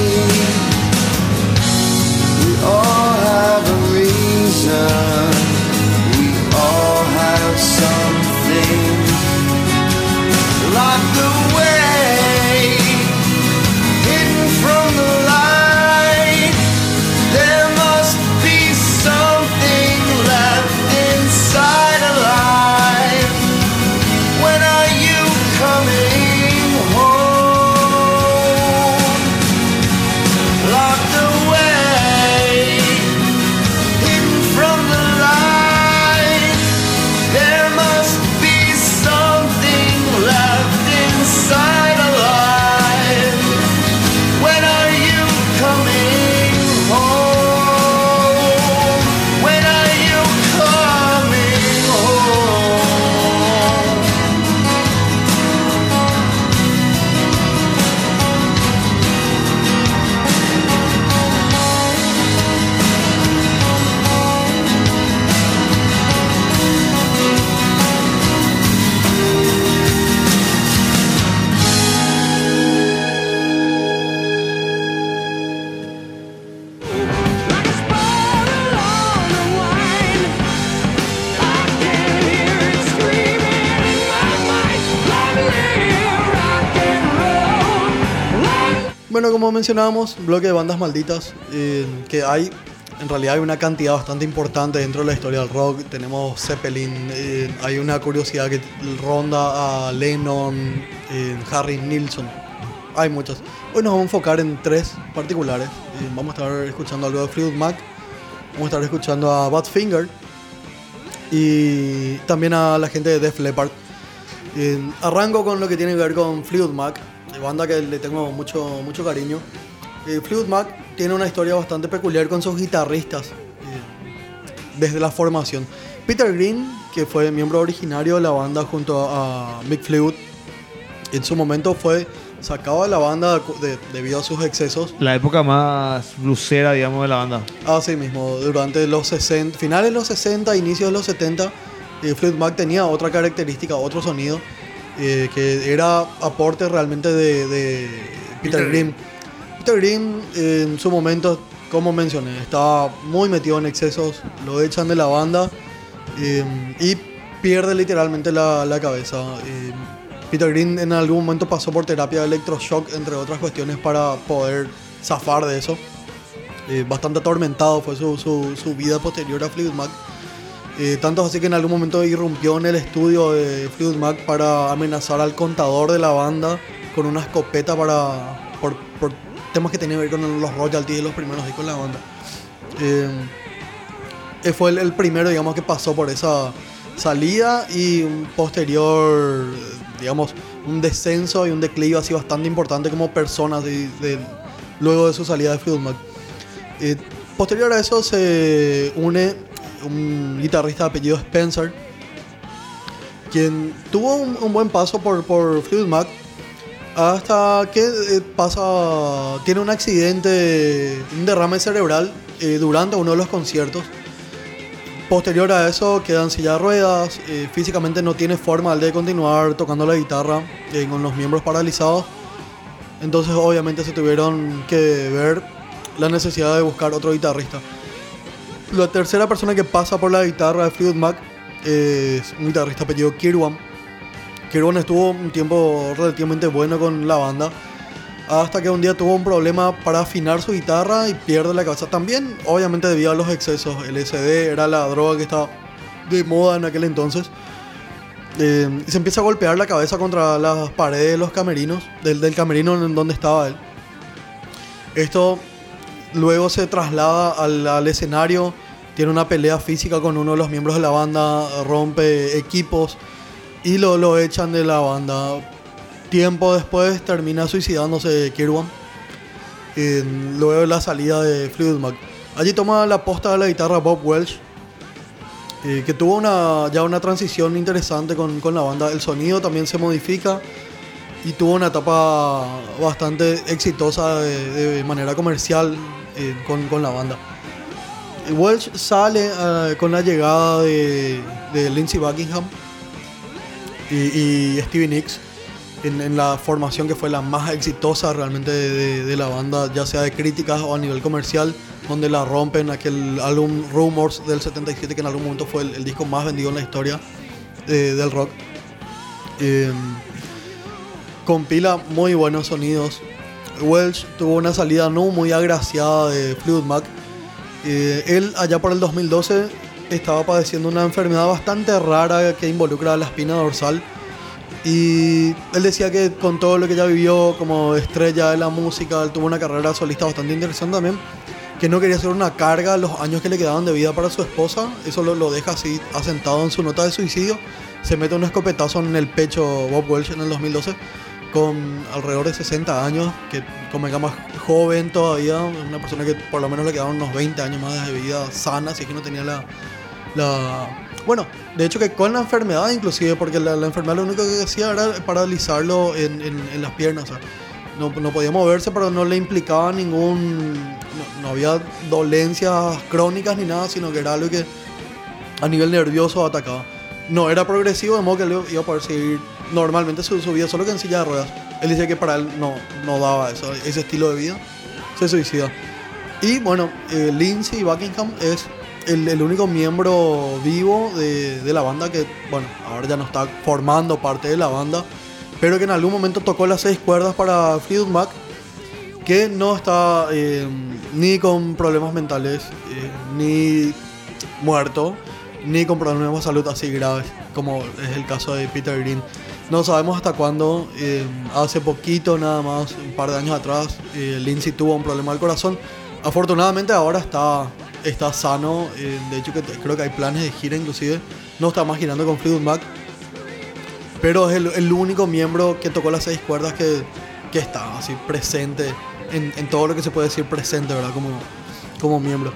S4: We all have a reason. We all have something locked away, hidden from the light. There must be something left inside alive. When are you coming home? Locked away, hidden from the light. There must be something left inside alive. When are you coming home? When are you coming home?
S5: Like a spider on the wine, I can hear it screaming in my mind. Let me hear rock and roll. Let
S3: Bueno, como mencionábamos, bloque de bandas malditas, eh, que hay, en realidad hay una cantidad bastante importante dentro de la historia del rock. Tenemos Zeppelin, eh, hay una curiosidad que ronda a Lennon, eh, Harry Nilsson, hay muchas. Hoy nos vamos a enfocar en tres particulares. Eh, vamos a estar escuchando algo de Fleetwood Mac, vamos a estar escuchando a Badfinger y también a la gente de Def Leppard. Eh, arranco con lo que tiene que ver con Fleetwood Mac, banda que le tengo mucho, mucho cariño. Eh, Fleetwood Mac tiene una historia bastante peculiar con sus guitarristas eh, desde la formación. Peter Green, que fue miembro originario de la banda junto a Mick Fleetwood, en su momento fue sacado de la banda de- debido a sus excesos.
S1: La época más blusera, digamos, de la banda.
S3: Así mismo, durante los sesenta, finales de los sesenta, inicios de los setenta, eh, Fleetwood Mac tenía otra característica, otro sonido, eh, que era aporte realmente de, de Peter,
S2: Peter
S3: Green. Peter Green, eh, en su momento, como mencioné, estaba muy metido en excesos, lo echan de la banda eh, y pierde literalmente la, la cabeza. Eh, Peter Green en algún momento pasó por terapia de electroshock, entre otras cuestiones, para poder zafar de eso. Eh, bastante atormentado fue su, su, su vida posterior a Fleetwood Mac. Eh, tanto así que en algún momento irrumpió en el estudio de Fleetwood Mac para amenazar al contador de la banda con una escopeta para, por, por temas que tenían que ver con los royalties de los primeros discos de la banda. Eh, eh, fue el, el primero, digamos, que pasó por esa salida y un posterior, digamos, un descenso y un declive así bastante importante como persona de, de- luego de su salida de Fleetwood Mac. Eh, posterior a eso se une un guitarrista de apellido Spencer, quien tuvo un, un buen paso por, por Fleetwood Mac, hasta que eh, pasa, tiene un accidente, un derrame cerebral eh, durante uno de los conciertos. Posterior a eso queda en silla de ruedas, eh, físicamente no tiene forma de continuar tocando la guitarra eh, con los miembros paralizados. Entonces obviamente se tuvieron que ver la necesidad de buscar otro guitarrista. La tercera persona que pasa por la guitarra de Fleetwood Mac es un guitarrista apellido Kirwan. Kirwan estuvo un tiempo relativamente bueno con la banda, hasta que un día tuvo un problema para afinar su guitarra y pierde la cabeza. También, obviamente, debido a los excesos. El L S D era la droga que estaba de moda en aquel entonces. Eh, y se empieza a golpear la cabeza contra las paredes de los camerinos, del, del camerino en donde estaba él. Esto luego se traslada al, al escenario, tiene una pelea física con uno de los miembros de la banda, rompe equipos y lo, lo echan de la banda. Tiempo después termina suicidándose Kirwan, eh, luego de la salida de Fleetwood Mac. Allí toma la posta de la guitarra Bob Welch, eh, que tuvo una, ya una transición interesante con, con la banda. El sonido también se modifica y tuvo una etapa bastante exitosa de, de manera comercial eh, con, con la banda. Welch sale uh, con la llegada de, de Lindsey Buckingham y, y Stevie Nicks en, en la formación que fue la más exitosa realmente de, de, de la banda, ya sea de críticas o a nivel comercial, donde la rompen. Aquel álbum Rumors del setenta y siete, que en algún momento fue el, el disco más vendido en la historia eh, del rock. Eh, compila muy buenos sonidos. Welch tuvo una salida no muy agraciada de Fleetwood Mac. Eh, él allá por el dos mil doce estaba padeciendo una enfermedad bastante rara que involucra la espina dorsal, y él decía que con todo lo que ya vivió como estrella de la música, él tuvo una carrera solista bastante interesante también, que no quería hacer una carga los años que le quedaban de vida para su esposa. Eso lo, lo deja así asentado en su nota de suicidio. Se mete un escopetazo en el pecho Bob Welch en el dos mil doce con alrededor de sesenta años, que como era más joven todavía, una persona que por lo menos le quedaban unos veinte años más de vida sana, así que no tenía la, la... Bueno, de hecho que con la enfermedad inclusive, porque la, la enfermedad lo único que hacía era paralizarlo en, en, en las piernas, o sea, no, no podía moverse, pero no le implicaba ningún... No, no había dolencias crónicas ni nada, sino que era algo que a nivel nervioso atacaba. No era progresivo, de modo que él iba a poder seguir normalmente su, su vida, solo que en silla de ruedas. Él dice que para él no, no daba eso, ese estilo de vida. Se suicida. Y bueno, eh, Lindsey Buckingham es el, el único miembro vivo de, de la banda que, bueno, ahora ya no está formando parte de la banda, pero que en algún momento tocó las seis cuerdas para Fleetwood Mac, que no está eh, ni con problemas mentales, eh, ni muerto, ni con problemas de salud así graves, como es el caso de Peter Green. No sabemos hasta cuándo. Eh, hace poquito, nada más, un par de años atrás, eh, Lindsey tuvo un problema del corazón. Afortunadamente ahora está, está sano. Eh, de hecho, que creo que hay planes de gira inclusive. No está más girando con Fleetwood Mac, pero es el, el único miembro que tocó las seis cuerdas que, que está así presente en, en todo lo que se puede decir presente, ¿verdad? Como, como miembro.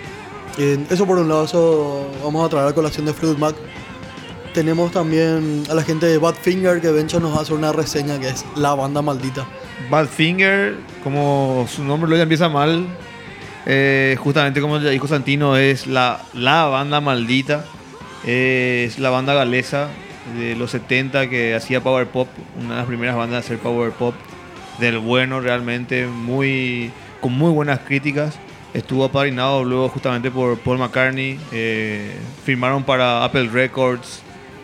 S3: Eh, eso por un lado. Eso vamos a traer a colación de Fleetwood Mac. Tenemos también a la gente de Badfinger, que Bencho nos hace una reseña que es La Banda Maldita.
S1: Badfinger, como su nombre lo ya empieza mal, eh, justamente como ya dijo Santino, es la, la banda maldita. Eh, es la banda galesa de los setenta que hacía power pop, una de las primeras bandas a hacer power pop del bueno, realmente muy, con muy buenas críticas. Estuvo apadrinado luego justamente por Paul McCartney. Eh, firmaron para Apple Records.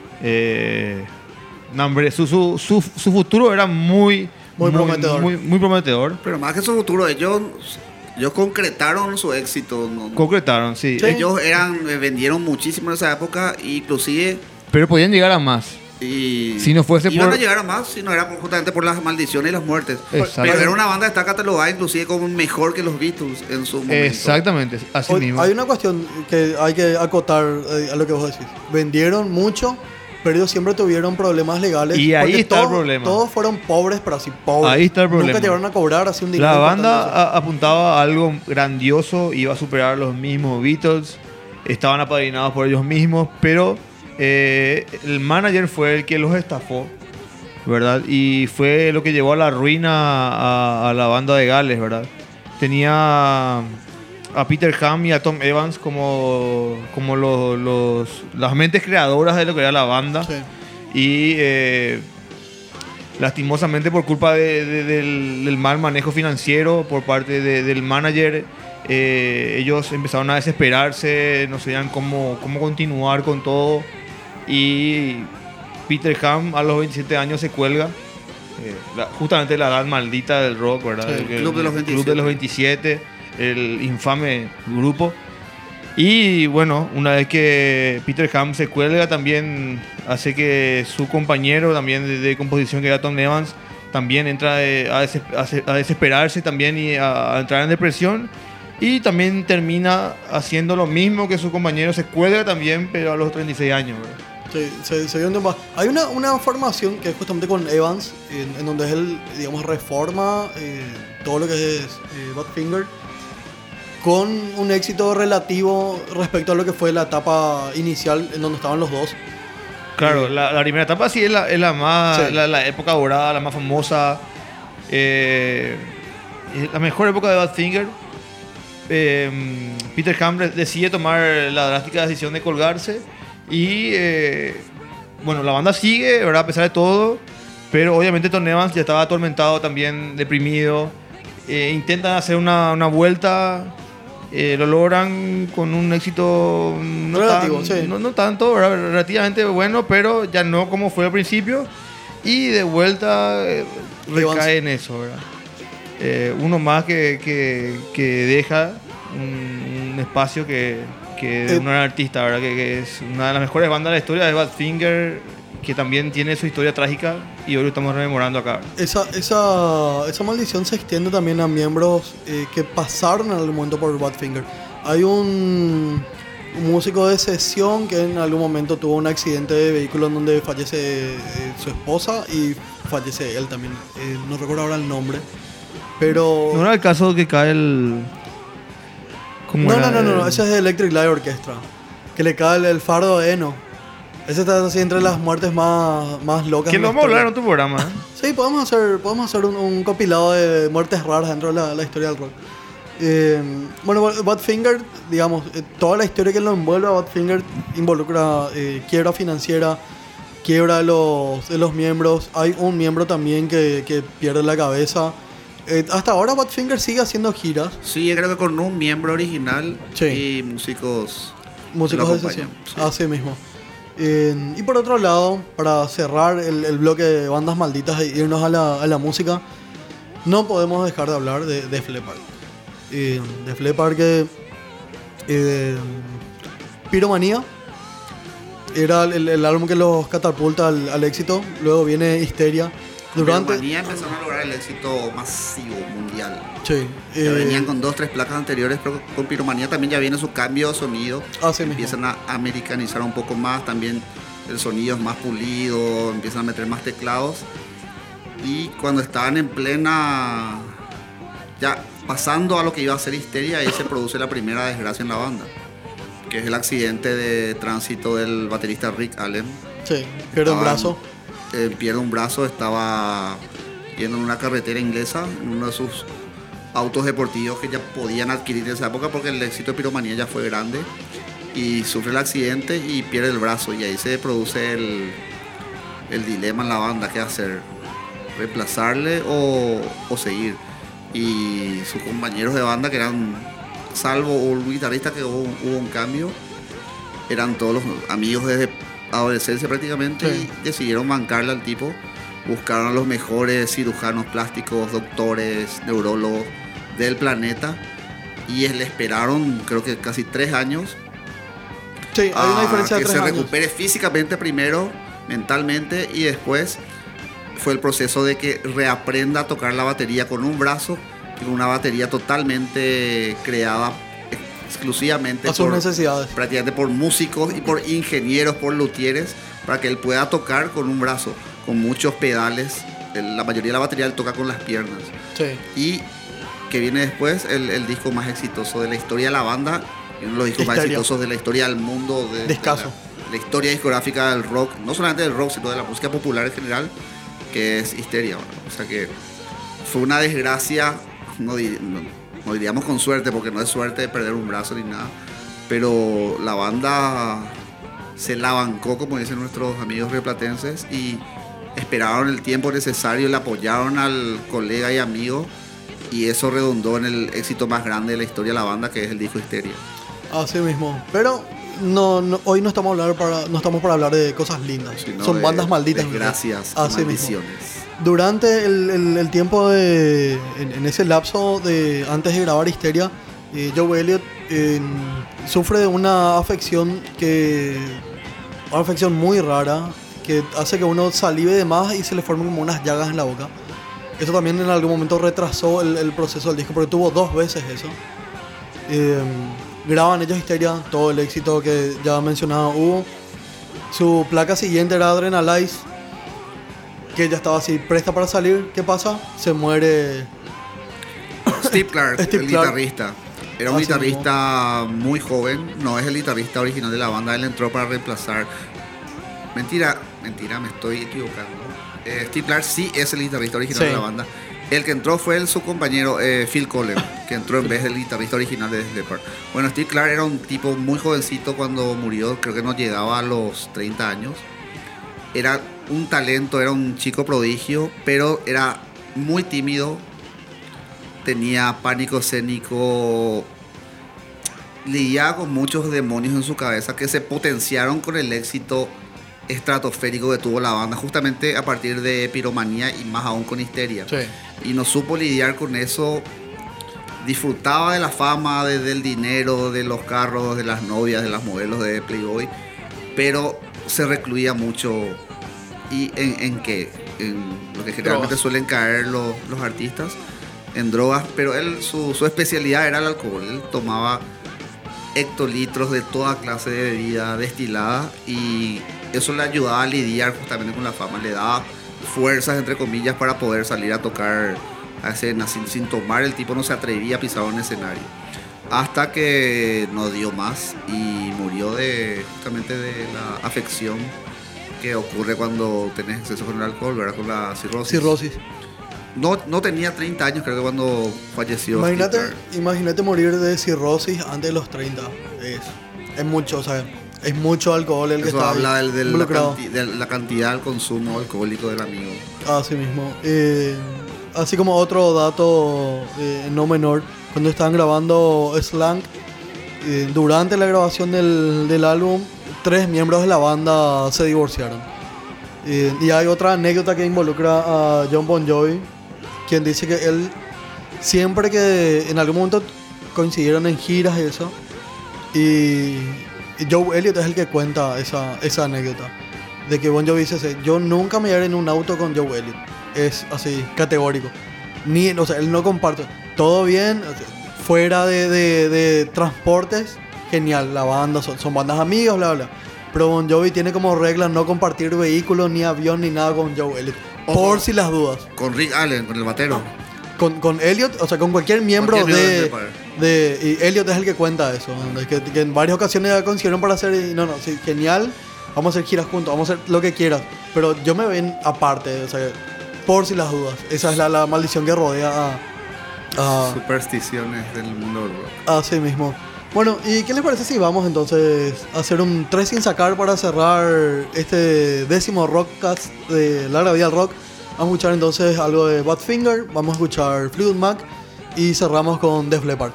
S1: Eh, no, hombre, su, su, su, su futuro era muy,
S3: Muy prometedor.
S1: Muy, muy prometedor.
S2: Pero más que su futuro, ellos, ellos concretaron su éxito, ¿no?
S1: Concretaron, sí.
S3: Sí.
S2: Ellos eran, eh, vendieron muchísimo en esa época, inclusive.
S1: Pero podían llegar a más.
S2: Y
S1: Si no fuese
S2: iban
S1: por-
S2: a llegar a más, si no era por- justamente por las maldiciones y las muertes.
S1: Exacto.
S2: Pero era una banda que está catalogada inclusive como mejor que los Beatles en su momento.
S1: Exactamente, así
S3: Hoy-
S1: mismo.
S3: Hay una cuestión que hay que acotar eh, a lo que vos decís. Vendieron mucho, pero ellos siempre tuvieron problemas legales.
S1: Y ahí
S3: porque
S1: está el
S3: todos-
S1: problema.
S3: Todos fueron pobres, pero así pobres.
S1: Ahí está el problema.
S3: Nunca llegaron a cobrar así un dinero.
S1: La
S3: importante.
S1: banda a- apuntaba a algo grandioso, iba a superar a los mismos Beatles, estaban apadrinados por ellos mismos, pero eh, el manager fue el que los estafó, ¿verdad? Y fue lo que llevó a la ruina a, a la banda de Gales, ¿verdad? Tenía a Peter Ham y a Tom Evans como, como los, los- las mentes creadoras de lo que era la banda.
S3: Sí.
S1: Y eh, lastimosamente por culpa de- de- del, del mal manejo financiero por parte de- del manager, eh, ellos empezaron a desesperarse, no sabían cómo, cómo continuar con todo. Y Peter Ham a los veintisiete años se cuelga. eh, la- justamente la edad maldita del rock, ¿verdad?
S3: Sí,
S2: el Club de los
S1: Club de los veintisiete, el infame grupo. Y bueno, una vez que Peter Ham se cuelga, también hace que su compañero también de, de composición, que era Tom Evans, también entra eh, a, des- a se- a desesperarse también y a, a entrar en depresión. Y también termina haciendo lo mismo que su compañero, se cuelga también, pero a los treinta y seis años, ¿verdad?
S3: Sí, se, se dio un tiempo. Hay una, una formación que es justamente con Evans, en, en donde él, digamos, reforma eh, todo lo que es eh, Badfinger con un éxito relativo respecto a lo que fue la etapa inicial en donde estaban los dos.
S1: Claro, la, la primera etapa sí es la, es la más,
S3: Sí.
S1: la, la época dorada, la más famosa, eh, es la mejor época de Badfinger. Eh, Peter Ham re- decide tomar la drástica decisión de colgarse y eh, bueno, la banda sigue, ¿verdad? A pesar de todo, pero obviamente Tom Evans ya estaba atormentado también, deprimido. Eh, intentan hacer una, una vuelta, eh, lo logran con un éxito no,
S3: Relativo,
S1: tan-
S3: sí.
S1: no, no tanto, ¿verdad? Relativamente bueno, pero ya no como fue al principio. Y de vuelta eh, recae en eso, ¿verdad? Eh, uno más que, que, que deja un, un espacio que, que de
S3: Eh.
S1: un artista, ¿verdad? Que, que es una de las mejores bandas de la historia, de Badfinger, que también tiene su historia trágica y hoy lo estamos rememorando acá.
S3: Esa, esa, esa maldición se extiende también a miembros eh, que pasaron en algún momento por Badfinger. Hay un, un músico de sesión que en algún momento tuvo un accidente de vehículo en donde fallece eh, su esposa y fallece él también. Eh, no recuerdo ahora el nombre. Pero...
S1: ¿No era el caso que cae el... ¿Cómo
S3: No,
S1: era?
S3: no, no, no, no,
S1: El-
S3: ese es de Electric Light Orchestra. Que le cae el, el fardo de Eno. Ese está así entre las muertes más, más locas.
S1: Que
S3: de
S1: lo
S3: la
S1: vamos a hablar en
S3: historia.
S1: otro programa, ¿eh?
S3: Sí, podemos hacer, podemos hacer un, un compilado de muertes raras dentro de la, la historia del rock. Eh, bueno, Badfinger, digamos, eh, toda la historia que lo envuelve a Badfinger involucra eh, quiebra financiera, quiebra de los, de los miembros. Hay un miembro también que, que pierde la cabeza. Eh, hasta ahora Badfinger sigue haciendo giras.
S2: Sí, yo creo que con un miembro original
S3: Sí.
S2: y músicos.
S3: Músicos
S2: que
S3: de
S2: lo
S3: sesión.
S2: acompañan, sí.
S3: Así mismo. Eh, y por otro lado, para cerrar el, el bloque de bandas malditas e irnos a la, a la música, no podemos dejar de hablar de Def Leppard. Eh, Def Leppard que... eh, Pyromanía era el, el álbum que los catapulta al, al éxito. Luego viene Histeria. Durante...
S2: Pyromanía empezaron a lograr el éxito masivo mundial.
S3: Sí.
S2: Ya
S3: eh,
S2: venían con dos, tres placas anteriores, pero con Pyromanía también ya viene su cambio de sonido.
S3: Así mismo.
S2: Empiezan a americanizar un poco más, también el sonido es más pulido, empiezan a meter más teclados. Y cuando estaban en plena, ya pasando a lo que iba a ser Histeria, ahí se produce la primera desgracia en la banda, que es el accidente de tránsito del baterista Rick Allen.
S3: Sí, pierde un
S2: Estaban-
S3: brazo.
S2: eh, pierde un brazo, estaba yendo en una carretera inglesa, en uno de sus autos deportivos que ya podían adquirir en esa época porque el éxito de Pyromanía ya fue grande, y sufre el accidente y pierde el brazo, y ahí se produce el, el dilema en la banda: qué hacer, reemplazarle o, o seguir. Y sus compañeros de banda, que eran, salvo un guitarrista que hubo, hubo un cambio, eran todos los amigos desde adolescencia prácticamente,
S3: Sí.
S2: y decidieron bancarle al tipo. Buscaron a los mejores cirujanos plásticos, doctores, neurólogos del planeta, y le esperaron creo que casi tres años
S3: Sí, hay una
S2: a
S3: diferencia de
S2: que
S3: tres
S2: se
S3: años.
S2: recupere físicamente primero, mentalmente, y después fue el proceso de que reaprenda a tocar la batería con un brazo y con una batería totalmente creada exclusivamente
S3: A sus
S2: por,
S3: necesidades.
S2: prácticamente por músicos y por ingenieros, por luthieres, para que él pueda tocar con un brazo, con muchos pedales. El- la mayoría de la batería él toca con las piernas.
S3: Sí.
S2: Y que viene después el, el disco más exitoso de la historia de la banda, y uno de los discos más
S3: Histeria.
S2: exitosos de la historia del mundo, de, de
S3: Discazo.
S2: la, la historia discográfica del rock, no solamente del rock, sino de la música popular en general, que es Histeria. ¿Verdad? O sea que fue una desgracia, no, di- no- no diríamos con suerte, porque no es suerte de perder un brazo ni nada, pero la banda se la bancó, como dicen nuestros amigos rioplatenses, y esperaron el tiempo necesario, le apoyaron al colega y amigo, y eso redundó en el éxito más grande de la historia de la banda, que es el disco Histeria.
S3: Así mismo. Pero no, no- hoy no estamos, hablar para, no estamos para hablar de cosas lindas.
S2: Sino
S3: Son
S2: de
S3: bandas malditas.
S2: desgracias,
S3: Así mismo.
S2: maldiciones.
S3: Durante el, el- el tiempo de. En, en ese lapso de antes de grabar Histeria, eh, Joe Elliott eh, sufre de una afección que. Una afección muy rara que hace que uno salive de más y se le formen como unas llagas en la boca. Eso también en algún momento retrasó el, el proceso del disco porque tuvo dos veces eso. Eh, graban ellos Histeria, todo el éxito que ya mencionaba hubo. Su placa siguiente era Adrenalize, que ya estaba así presta para salir. ¿Qué pasa? Se muere.
S2: Steve Clark,
S3: Steve
S2: el
S3: Clark.
S2: guitarrista. Era un
S3: Así
S2: guitarrista muy joven, no es el guitarrista original de la banda, él entró para reemplazar. Mentira, mentira, me estoy equivocando. Eh, Steve Clark sí es el guitarrista original
S3: Sí.
S2: de la banda. El que entró fue el, su compañero eh, Phil Collen, que entró en vez del guitarrista original de Def Leppard. Bueno, Steve Clark era un tipo muy jovencito cuando murió, creo que no llegaba a los treinta años. Era un talento, era un chico prodigio, pero era muy tímido, tenía pánico escénico, lidiaba con muchos demonios en su cabeza que se potenciaron con el éxito estratosférico que tuvo la banda, justamente a partir de Piromanía y más aún con Histeria.
S3: Sí.
S2: Y no supo lidiar con eso. Disfrutaba de la fama, de- del dinero, de los carros, de las novias, de las modelos de Playboy, pero se recluía mucho. ¿Y en, en qué? En lo que generalmente
S3: Drogas.
S2: suelen caer los, los artistas, en drogas, pero él, su, su especialidad era el alcohol. Él tomaba hectolitros de toda clase de bebida destilada y eso le ayudaba a lidiar justamente con la fama, le daba fuerzas, entre comillas, para poder salir a tocar a escena. Sin, sin tomar, el tipo no se atrevía a pisar un escenario. Hasta que no dio más y murió de justamente de la afección que ocurre cuando tenés exceso con el alcohol, ¿verdad? Con la cirrosis.
S3: Cirrosis.
S2: No, no tenía treinta años, creo que cuando falleció.
S3: Imagínate,
S2: Steve Clark.
S3: imagínate morir de cirrosis antes de los treinta. Es, es mucho, o sea, es mucho alcohol el que
S2: Eso
S3: está ahí
S2: habla del- de, la
S3: involucrado.
S2: canti- de la cantidad del consumo alcohólico del amigo.
S3: Así mismo. Eh, así como otro dato eh, no menor, cuando estaban grabando Slang, eh, durante la grabación del, del álbum, tres miembros de la banda se divorciaron. Eh, y hay otra anécdota que involucra a John Bon Jovi, quien dice que él, siempre que en algún momento coincidieron en giras y eso, y, y Joe Elliott es el que cuenta esa, esa anécdota. De que Bon Jovi dice, así, yo nunca me iré en un auto con Joe Elliott. Es así, categórico. Ni, o sea, él no comparte. Todo bien, o sea, fuera de, de- de transportes, genial. La banda, son, son bandas amigas, bla, bla. Pero Bon Jovi tiene como regla no compartir vehículos, ni avión, ni nada con Joe Elliott.
S2: Ojo.
S3: Por si las dudas.
S2: Con Rick Allen, con el batero.
S3: Con, con Elliot, o sea, con cualquier miembro
S2: Cualquier miembro
S3: de,
S2: del Leppard.
S3: de... Y Elliot es el que cuenta eso. ¿no? Que, que en varias ocasiones ya consiguieron para hacer... Y no, no, sí, genial. Vamos a hacer giras juntos, vamos a hacer lo que quieras. Pero yo me ven aparte, o sea, por si las dudas. Esa es la, la maldición que rodea a... a
S2: Supersticiones del mundo del rock.
S3: así mismo. Bueno, ¿y qué les parece si vamos entonces a hacer un tres sin sacar para cerrar este décimo Rockcast de Larga Vida al Rock? Vamos a escuchar entonces algo de Badfinger, vamos a escuchar Fleetwood Mac y cerramos con Def Leppard.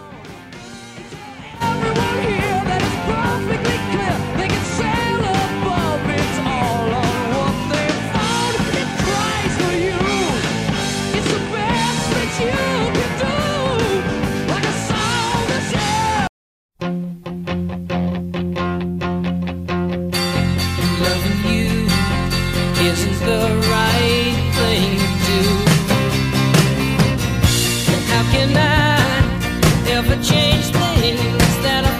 S5: Everyone here that is perfectly clear, they can sail above. It's all on what they found. It cries for you. It's the best that you can do. Like a song that's yeah.
S6: Loving you isn't the right thing to do. And how can I ever change things that I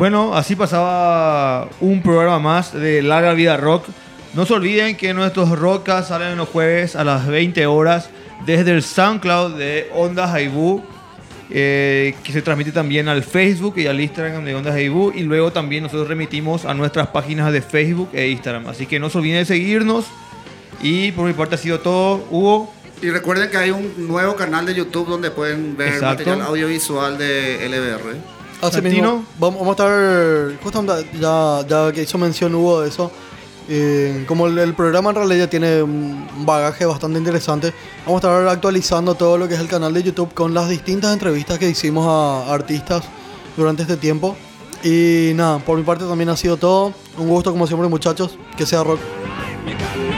S1: Bueno, así pasaba un programa más de Larga Vida Rock. No se olviden que nuestros rockcasts salen los jueves a las veinte horas desde el SoundCloud de Ondas Haibú, eh, que se transmite también al Facebook y al Instagram de Ondas Haibú, y luego también nosotros remitimos a nuestras páginas de Facebook e Instagram. Así que no se olviden de seguirnos. Y por mi parte ha sido todo. Hugo.
S2: Y recuerden que hay un nuevo canal de YouTube donde pueden ver
S1: Exacto.
S2: material audiovisual de L B R.
S3: Así
S1: Santino.
S3: mismo, vamos, vamos a estar, justamente ya, ya que hizo mención Hugo de eso, eh, como el, el programa en realidad ya tiene un bagaje bastante interesante, vamos a estar actualizando todo lo que es el canal de YouTube con las distintas entrevistas que hicimos a artistas durante este tiempo. Y nada, por mi parte también ha sido todo. Un gusto como siempre, muchachos. Que sea rock.
S5: You got